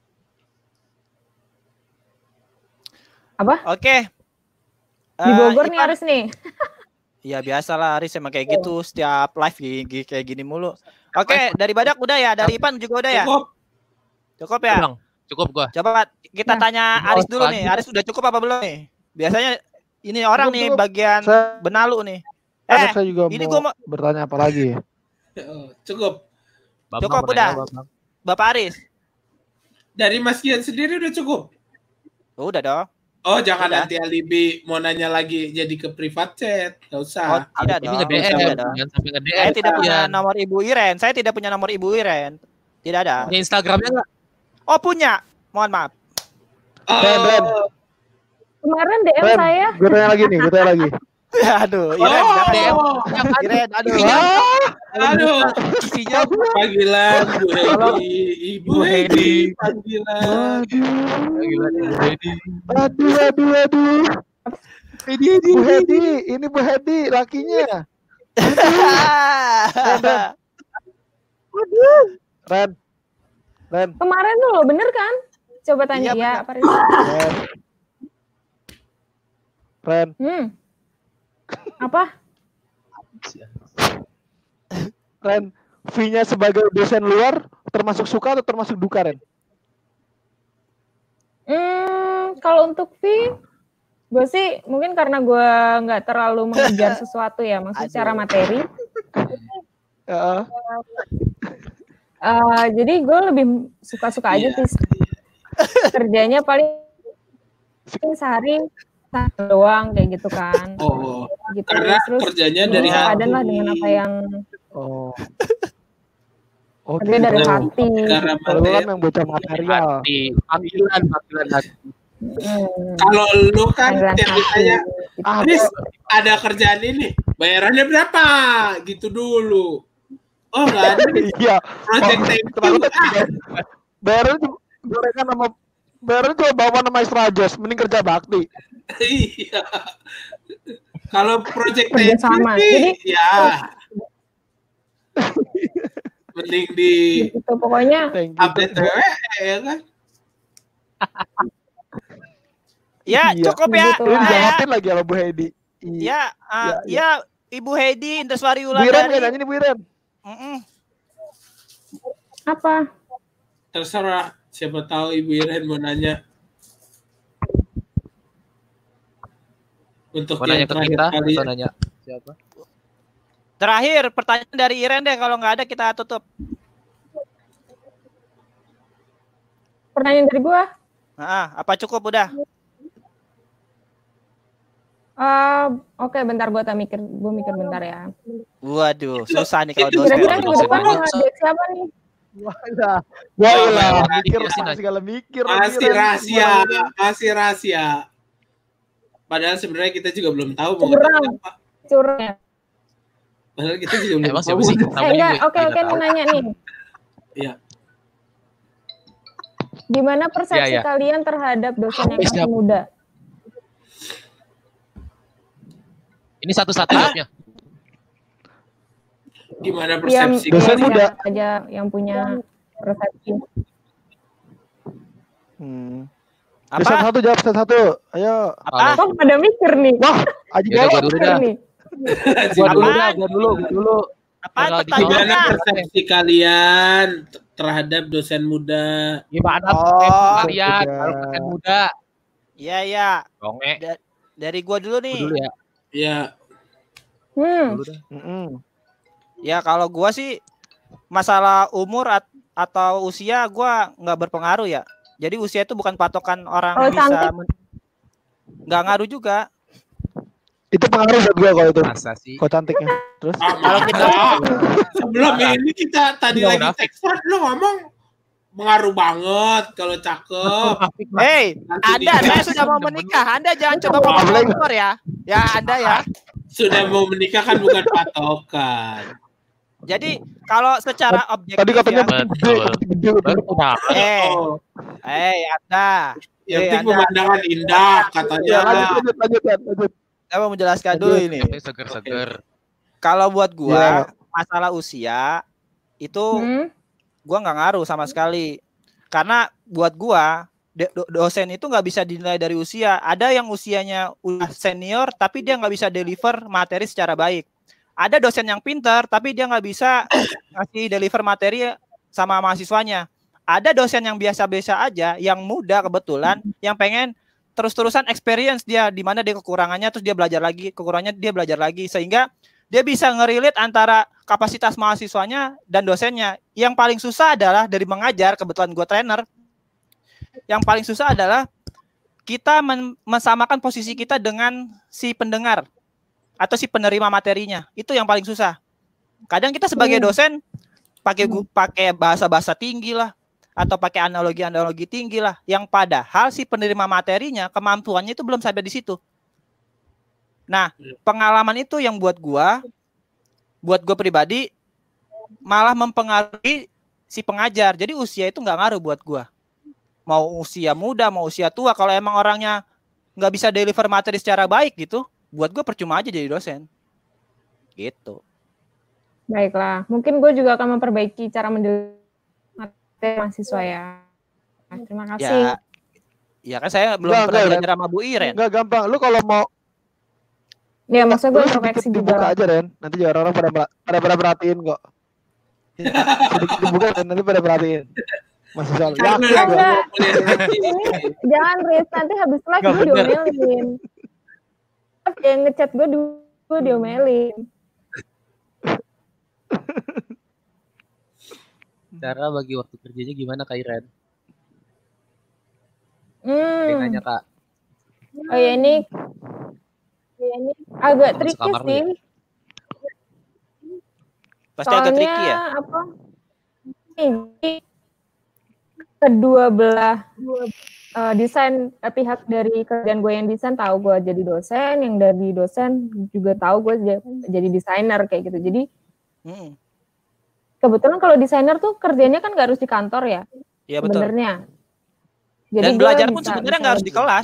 Apa? Oke. Di Eh, Bogor nih Ipan. Aris nih. Iya biasalah Aris emang kayak gitu setiap live gini, kayak gini mulu. Oke, dari Badak udah ya, dari Ipan juga udah ya. Cukup. Cukup ya. Bang, cukup gua. Coba kita Nah. tanya Aris dulu nih. Aris udah cukup apa belum nih? Biasanya ini orang Cukup, nih cukup. bagian Saya- benalu nih. Kan Eh, saya juga ini mau gua mau bertanya apa lagi? Oh, cukup. Bambang Cukup, mau udah. nanya, Bambang. Bapak Aris. Dari Mas Gian sendiri udah cukup? Udah dong. Oh, jangan Udah. nanti Alibi mau nanya lagi jadi ke private chat. Gak Oh, usah. tidak Ini dong. nge-D M, Tidak dong. jangan sampai nge-D M. Saya tidak punya Ian. nomor Ibu Iren. Saya tidak punya nomor Ibu Iren. Tidak ada. Punya Instagramnya nggak? Oh, punya. Mohon maaf. Ren, Ren. Oh, Kemarin D M Ren, saya. gue tanya lagi nih, gue tanya lagi. Aduh, Iren. Oh. jangan. D M. Iren, aduh. Ah, aduh. Isinya Panggilan Bu Hedi, Ibu Ibu Hedi, Hedi. panggilan. aduh, aduh, aduh, aduh. Bu Hedi, ini Bu Hedi, lakinya. Ren, Ren, Kemarin tuh loh, bener kan? Coba tanya Iya, ya, bener. apa Riz? Ren. Ren, Hmm. Apa? Ren, fee-nya sebagai dosen luar termasuk suka atau termasuk duka, Ren? Hmm, kalau untuk fee, gue sih mungkin karena gue nggak terlalu mengejar sesuatu ya, maksud secara materi. Heeh. Uh, jadi gue lebih suka-suka aja Iya. sih. Kerjanya paling sehari satu doang kayak gitu kan. Oh, Gitu. karena Terus kerjanya ya, dari sepadan hati. lah dengan apa yang Oh. Oh, kerja dari gitu. hati. Karena Kalau lu kan materi. yang bocah material. hati. Panggilan, panggilan hati. Hmm, Kalau lu kan panggilan tiap hati. ditanya, Ah, Aris, ada kerjaan ini, bayarannya berapa? Gitu dulu. Oh, nggak ada nih. iya. Project Oh, thank you. terlalu Ah, baru gorengan sama baru coba bawa nama Istrajos, mending kerja bakti. iya. Kalau project Kerja thank you sama. sih, Jadi- ya. Mending di Gitu pokoknya. Thank you. update W W E ya kan? Ya, Iya. cukup ya. Begitu Lu lah. Udah ya. jahatin lagi sama Bu Hedi. Ya, uh, ya, ya, Ibu Hedi Indreswari Wulandari. Bu Iren dari... kayaknya nih Bu Iren. Mm -mm. Apa? Terserah, siapa tahu Ibu Iren mau nanya. Untuk mau yang nanya ke kita kali atau nanya siapa? Terakhir pertanyaan dari Iren deh, kalau nggak ada kita tutup. Pertanyaan dari gua? Nah, apa cukup udah? Uh, Oke, okay, bentar gua tak mikir, gua mikir bentar ya. Waduh, susah nih kalau dosen. Kira-kira minggu depan mau ngajak siapa nih? Wah, wah, wah, mikir segala mikir. Masih rahasia, masih rahasia. Padahal sebenarnya kita juga belum tahu mau curang, curang. Padahal kita juga belum Emang tahu. Sih? Eh enggak, oke oke mau nanya nih. Iya. Gimana persepsi ya, ya. kalian terhadap dosen yang masih muda? Ini satu-satu jawabnya. Gimana persepsi yang, dosen muda aja yang punya persepsi? Hmm. Apa? Dosen satu jawab satu. Ayo. Apa? Kok pada mikir nih? Wah, Aji gua dulu dah. Gua dulu dah, gua dulu, gua dulu. Apa gimana persepsi kalian terhadap dosen muda? Gimana oh, kalian kalau dosen muda? Iya, iya. Donge. Da dari gua dulu nih. Gua dulu ya. Iya. Hmm. Dulu dah. Mm-hmm. Ya kalau gua sih masalah umur at atau usia gua nggak berpengaruh ya. Jadi usia itu bukan patokan orang oh, bisa nggak ngaruh juga. Itu pengaruh buat gua kalau itu. Masa sih? Kok cantiknya. Terus ah, kalau kita sebelum ini kita tadi lagi tekstur lu ngomong pengaruh banget kalau cakep. Hei, Anda saya sudah mau menikah. Anda jangan coba ngomong umur ya. Ya Anda ya. Sudah mau menikah kan bukan patokan. Jadi kalau secara objektif tadi katanya ya, gede, eh, eh, Anda, yang penting pemandangan indah katanya. Ya, lanjut, lanjut, lanjut. Saya mau menjelaskan dulu ini. Seger-seger. Kalau buat gua ya. masalah usia itu hmm? gua nggak ngaruh sama sekali. Karena buat gua do dosen itu nggak bisa dinilai dari usia. Ada yang usianya udah senior tapi dia nggak bisa deliver materi secara baik. Ada dosen yang pintar, tapi dia nggak bisa ngasih deliver materi sama mahasiswanya. Ada dosen yang biasa-biasa aja, yang muda kebetulan, yang pengen terus-terusan experience dia, di mana dia kekurangannya, terus dia belajar lagi, kekurangannya dia belajar lagi, sehingga dia bisa nge-relate antara kapasitas mahasiswanya dan dosennya. Yang paling susah adalah dari mengajar, kebetulan gue trainer, yang paling susah adalah kita mensamakan posisi kita dengan si pendengar atau si penerima materinya. Itu yang paling susah. Kadang kita sebagai dosen pakai pakai bahasa-bahasa tinggi lah atau pakai analogi-analogi tinggi lah, yang padahal si penerima materinya kemampuannya itu belum sampai di situ. Nah, pengalaman itu yang buat gua buat gua pribadi malah mempengaruhi si pengajar. Jadi usia itu nggak ngaruh buat gua. Mau usia muda, mau usia tua, kalau emang orangnya nggak bisa deliver materi secara baik gitu, buat gue percuma aja jadi dosen. Gitu. Baiklah, mungkin gue juga akan memperbaiki cara mendeliver materi mahasiswa ya. Terima kasih. Ya, ya kan saya belum Nggak, pernah nggak, belajar sama Bu Iren. Enggak gampang. Lu kalau mau Ya, maksud gue lu introspeksi sedikit juga. dibuka aja, Ren. Nanti juga orang-orang pada pada pada perhatiin kok. Sedikit dibuka dan nanti pada perhatiin. Masih soal Karena yakin enggak. gua. Ini jangan Riz, nanti habis live gue diomelin. Yang ngechat gue dulu diomelin. Cara bagi waktu kerjanya gimana Kak Iren? Hmm. Nanya Kak. Oh ya ini, ya, ini agak tricky sih. Ya? Pasti agak tricky ya. Apa? Ini kedua belah uh, desain uh, pihak dari kerjaan gue yang desain tahu gue jadi dosen, yang dari dosen juga tahu gue jadi desainer kayak gitu. Jadi hmm. kebetulan kalau desainer tuh kerjanya kan nggak harus di kantor ya. Iya betul. Sebenarnya. Jadi dan belajar pun sebenarnya nggak harus di kelas.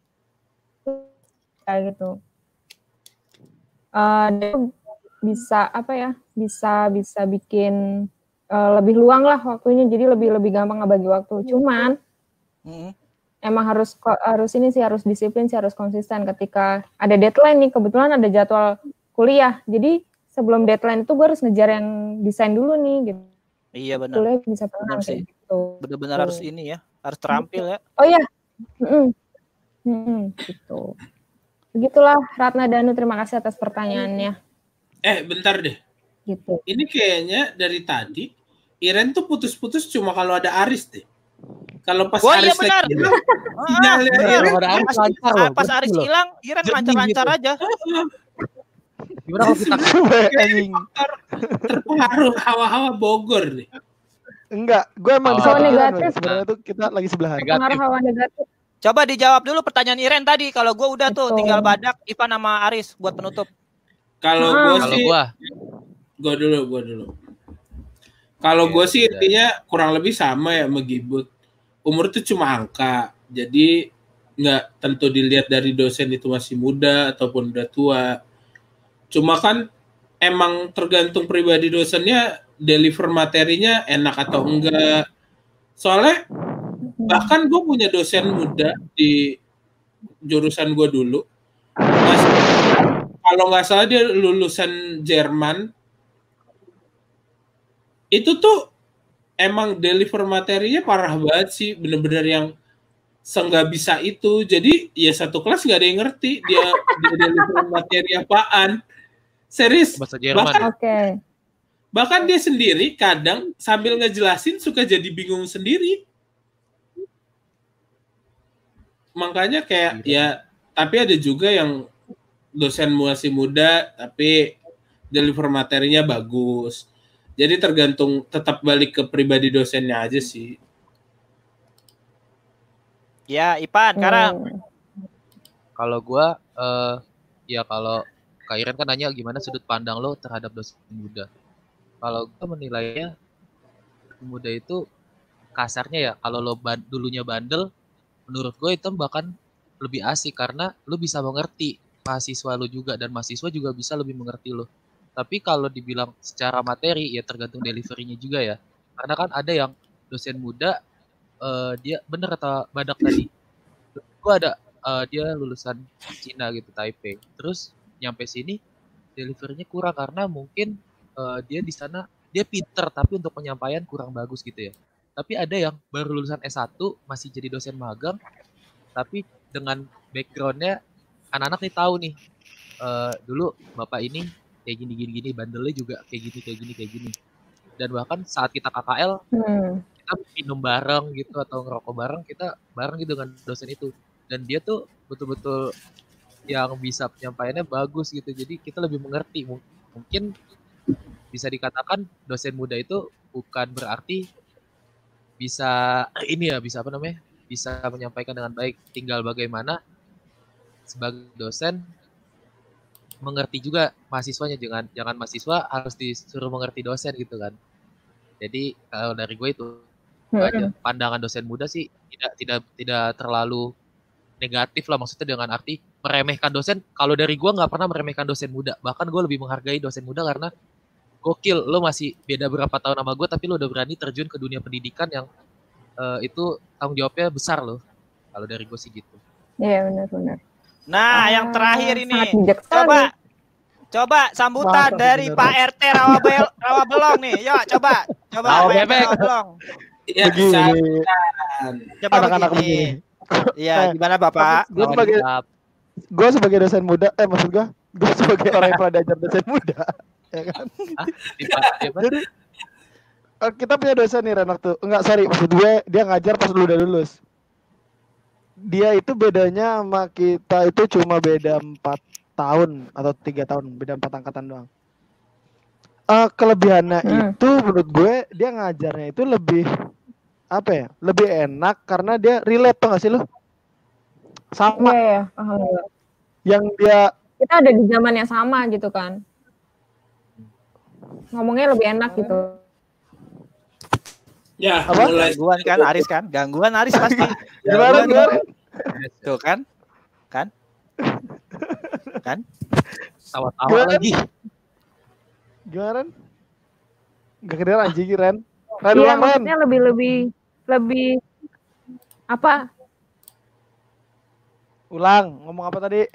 Kayak gitu. Uh, bisa apa ya? Bisa bisa bikin uh, lebih luang lah waktunya. Jadi lebih lebih gampang ngebagi waktu. Cuman hmm. emang harus harus ini sih harus disiplin sih harus konsisten ketika ada deadline nih kebetulan ada jadwal kuliah jadi sebelum deadline itu gue harus ngejar yang desain dulu nih gitu. Iya benar. Kuliah bisa tenang sih. Gitu. Benar-benar harus ini ya harus terampil ya. Oh iya. Mm-mm. Mm-mm. Gitu. Begitulah Ratna Danu terima kasih atas pertanyaannya. Eh bentar deh. Gitu. Ini kayaknya dari tadi Iren tuh putus-putus cuma kalau ada Aris deh. Kalau pas oh, Aris iya benar. lagi sinyalnya Iren pas, pas, pas Aris hilang, Iren lancar-lancar gitu. aja. Gimana kalau kita ter, terpengaruh hawa-hawa Bogor nih? Enggak, gue emang oh, di negatif. Sebenarnya tuh kita lagi sebelahan. Pengaruh hawa negatif. Coba dijawab dulu pertanyaan Iren tadi. Kalau gue udah Betul. tuh tinggal Badak, Ivan sama Aris buat penutup. Kalau ah. gue sih, gua. gue dulu, gue dulu. Kalau gue sih intinya kurang lebih sama ya sama Gibut. Umur itu cuma angka, jadi nggak tentu dilihat dari dosen itu masih muda ataupun udah tua. Cuma kan emang tergantung pribadi dosennya, deliver materinya enak atau enggak. Soalnya bahkan gue punya dosen muda di jurusan gue dulu. Mas, kalau nggak salah dia lulusan Jerman. Itu tuh emang deliver materinya parah banget sih, bener-bener yang seenggak bisa itu. Jadi ya satu kelas nggak ada yang ngerti dia dia deliver materi apaan. Serius. Bahkan, okay. bahkan dia sendiri kadang sambil ngejelasin suka jadi bingung sendiri. Makanya kayak ya, tapi ada juga yang dosen masih muda tapi deliver materinya bagus. Jadi tergantung tetap balik ke pribadi dosennya aja sih. Ya, Ipan, sekarang. Hmm. Kalau gua, uh, ya kalau Kak Iren kan nanya gimana sudut pandang lo terhadap dosen muda. Kalau gua menilainya muda itu kasarnya ya, kalau lo ban- dulunya bandel, menurut gue itu bahkan lebih asik karena lo bisa mengerti mahasiswa lo juga dan mahasiswa juga bisa lebih mengerti lo. Tapi kalau dibilang secara materi ya tergantung deliverynya juga ya. Karena kan ada yang dosen muda uh, dia bener kata Badak tadi. Gua ada uh, dia lulusan Cina gitu Taipei. Terus nyampe sini deliverynya kurang karena mungkin uh, dia di sana dia pinter tapi untuk penyampaian kurang bagus gitu ya. Tapi ada yang baru lulusan S satu masih jadi dosen magang tapi dengan backgroundnya anak-anak nih tahu nih uh, dulu bapak ini kayak gini gini gini bandelnya juga kayak gini kayak gini kayak gini dan bahkan saat kita K K L hmm. kita minum bareng gitu atau ngerokok bareng kita bareng gitu dengan dosen itu dan dia tuh betul-betul yang bisa penyampaiannya bagus gitu jadi kita lebih mengerti mungkin bisa dikatakan dosen muda itu bukan berarti bisa ini ya bisa apa namanya bisa menyampaikan dengan baik tinggal bagaimana sebagai dosen mengerti juga mahasiswanya jangan jangan mahasiswa harus disuruh mengerti dosen gitu kan jadi kalau dari gue itu hmm. aja pandangan dosen muda sih tidak tidak tidak terlalu negatif lah maksudnya dengan arti meremehkan dosen kalau dari gue nggak pernah meremehkan dosen muda bahkan gue lebih menghargai dosen muda karena gokil lo masih beda berapa tahun sama gue tapi lo udah berani terjun ke dunia pendidikan yang uh, itu tanggung jawabnya besar lo kalau dari gue sih gitu iya benar-benar. Nah, ah, yang terakhir ini, coba, coba sambutan Masa, dari bener. Pak R T Rawabel, Rawabelong nih, yuk coba, coba Pak R T Rawabelong. Iya, coba anak-anak begini. Iya, gimana Bapak? Gue sebagai, gue sebagai dosen muda, eh maksud gue, gue sebagai orang yang pernah diajar dosen muda, ya kan? Jadi kita punya dosen nih Ren waktu, enggak sorry, maksud gue dia ngajar pas lu udah lulus. Dia itu bedanya sama kita itu cuma beda empat tahun atau tiga tahun, beda empat angkatan doang. Uh, kelebihannya hmm. itu menurut gue dia ngajarnya itu lebih apa ya? Lebih enak karena dia relate tuh gak sih lu? Sama. Iya ya, alhamdulillah. Yang dia kita ada di zaman yang sama gitu kan. Ngomongnya lebih enak gitu. Ya, apa? Gangguan kan Aris kan? Gangguan Aris pasti. Gimana gimana? Tuh kan? Kan? Kan? Tawa-tawa lagi. Gimana? Enggak kedengeran anjing Ren. Iya, maksudnya lebih lebih lebih apa? Ulang, ngomong apa tadi?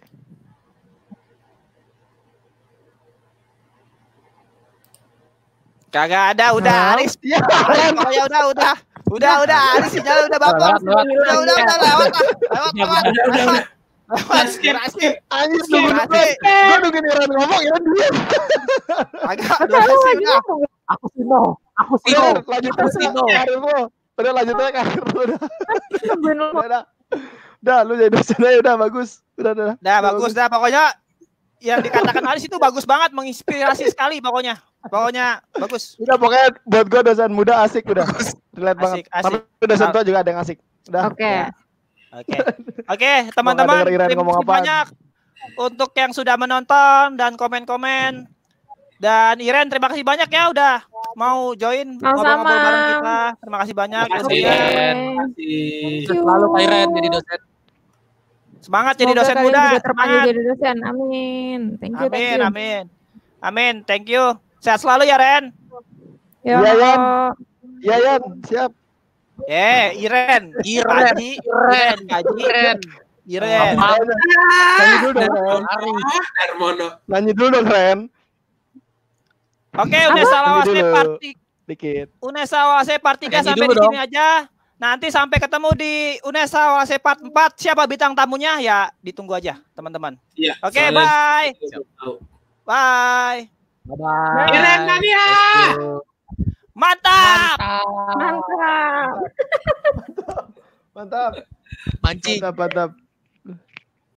Kagak ada, udah Aris. Ya, ya udah, udah. Udah, udah Aris sinyal udah bapak. Udah, udah, udah lewat. Lewat, lewat. Lewat. Skip, skip. Anjir, gue nungguin Iran ngomong, Iran diam. Agak durasi udah. Aku Sino. Aku Sino. Lanjut aja karir lu. Udah lanjut aja karir lu. Udah. Udah. Udah, lu jadi dosen aja udah bagus. Udah, udah. Udah bagus dah pokoknya. Yang dikatakan Aris itu bagus banget, menginspirasi sekali pokoknya. Pokoknya bagus. Udah pokoknya buat gue dosen muda asik udah. Relate banget. Asik. Tapi dosen tua juga ada yang asik. Udah. Oke. Oke. Oke, teman-teman, terima kasih banyak untuk yang sudah menonton dan komen-komen. Dan Iren, terima kasih banyak ya udah mau join ngobrol-ngobrol bareng kita. Terima kasih banyak. Terima kasih, Iren. Terima kasih. Selalu Pak Iren jadi dosen. Semangat jadi dosen muda. Juga terpanggil jadi dosen. Amin. Thank you, amin, thank you. amin. Amin, thank you. Sehat selalu ya, Ren. Iya, Yan. Iya, Yan. Siap. Eh, Iren. Iren. Iren. Iren. Iren. Lanjut dulu dong, Ren. Hermono. Lanjut dulu dong, Ren. Oke, Unesa Lawase Part Dikit. Unesa Lawase Part tiga sampai di sini aja. Nanti sampai ketemu di Unesa Lawase Part empat. Siapa bintang tamunya? Ya, ditunggu aja, teman-teman. Iya. Oke, bye. Bye. Bye. Iren Mania. Mantap. Mantap. Mantap. Mancing. Mantap, mantap.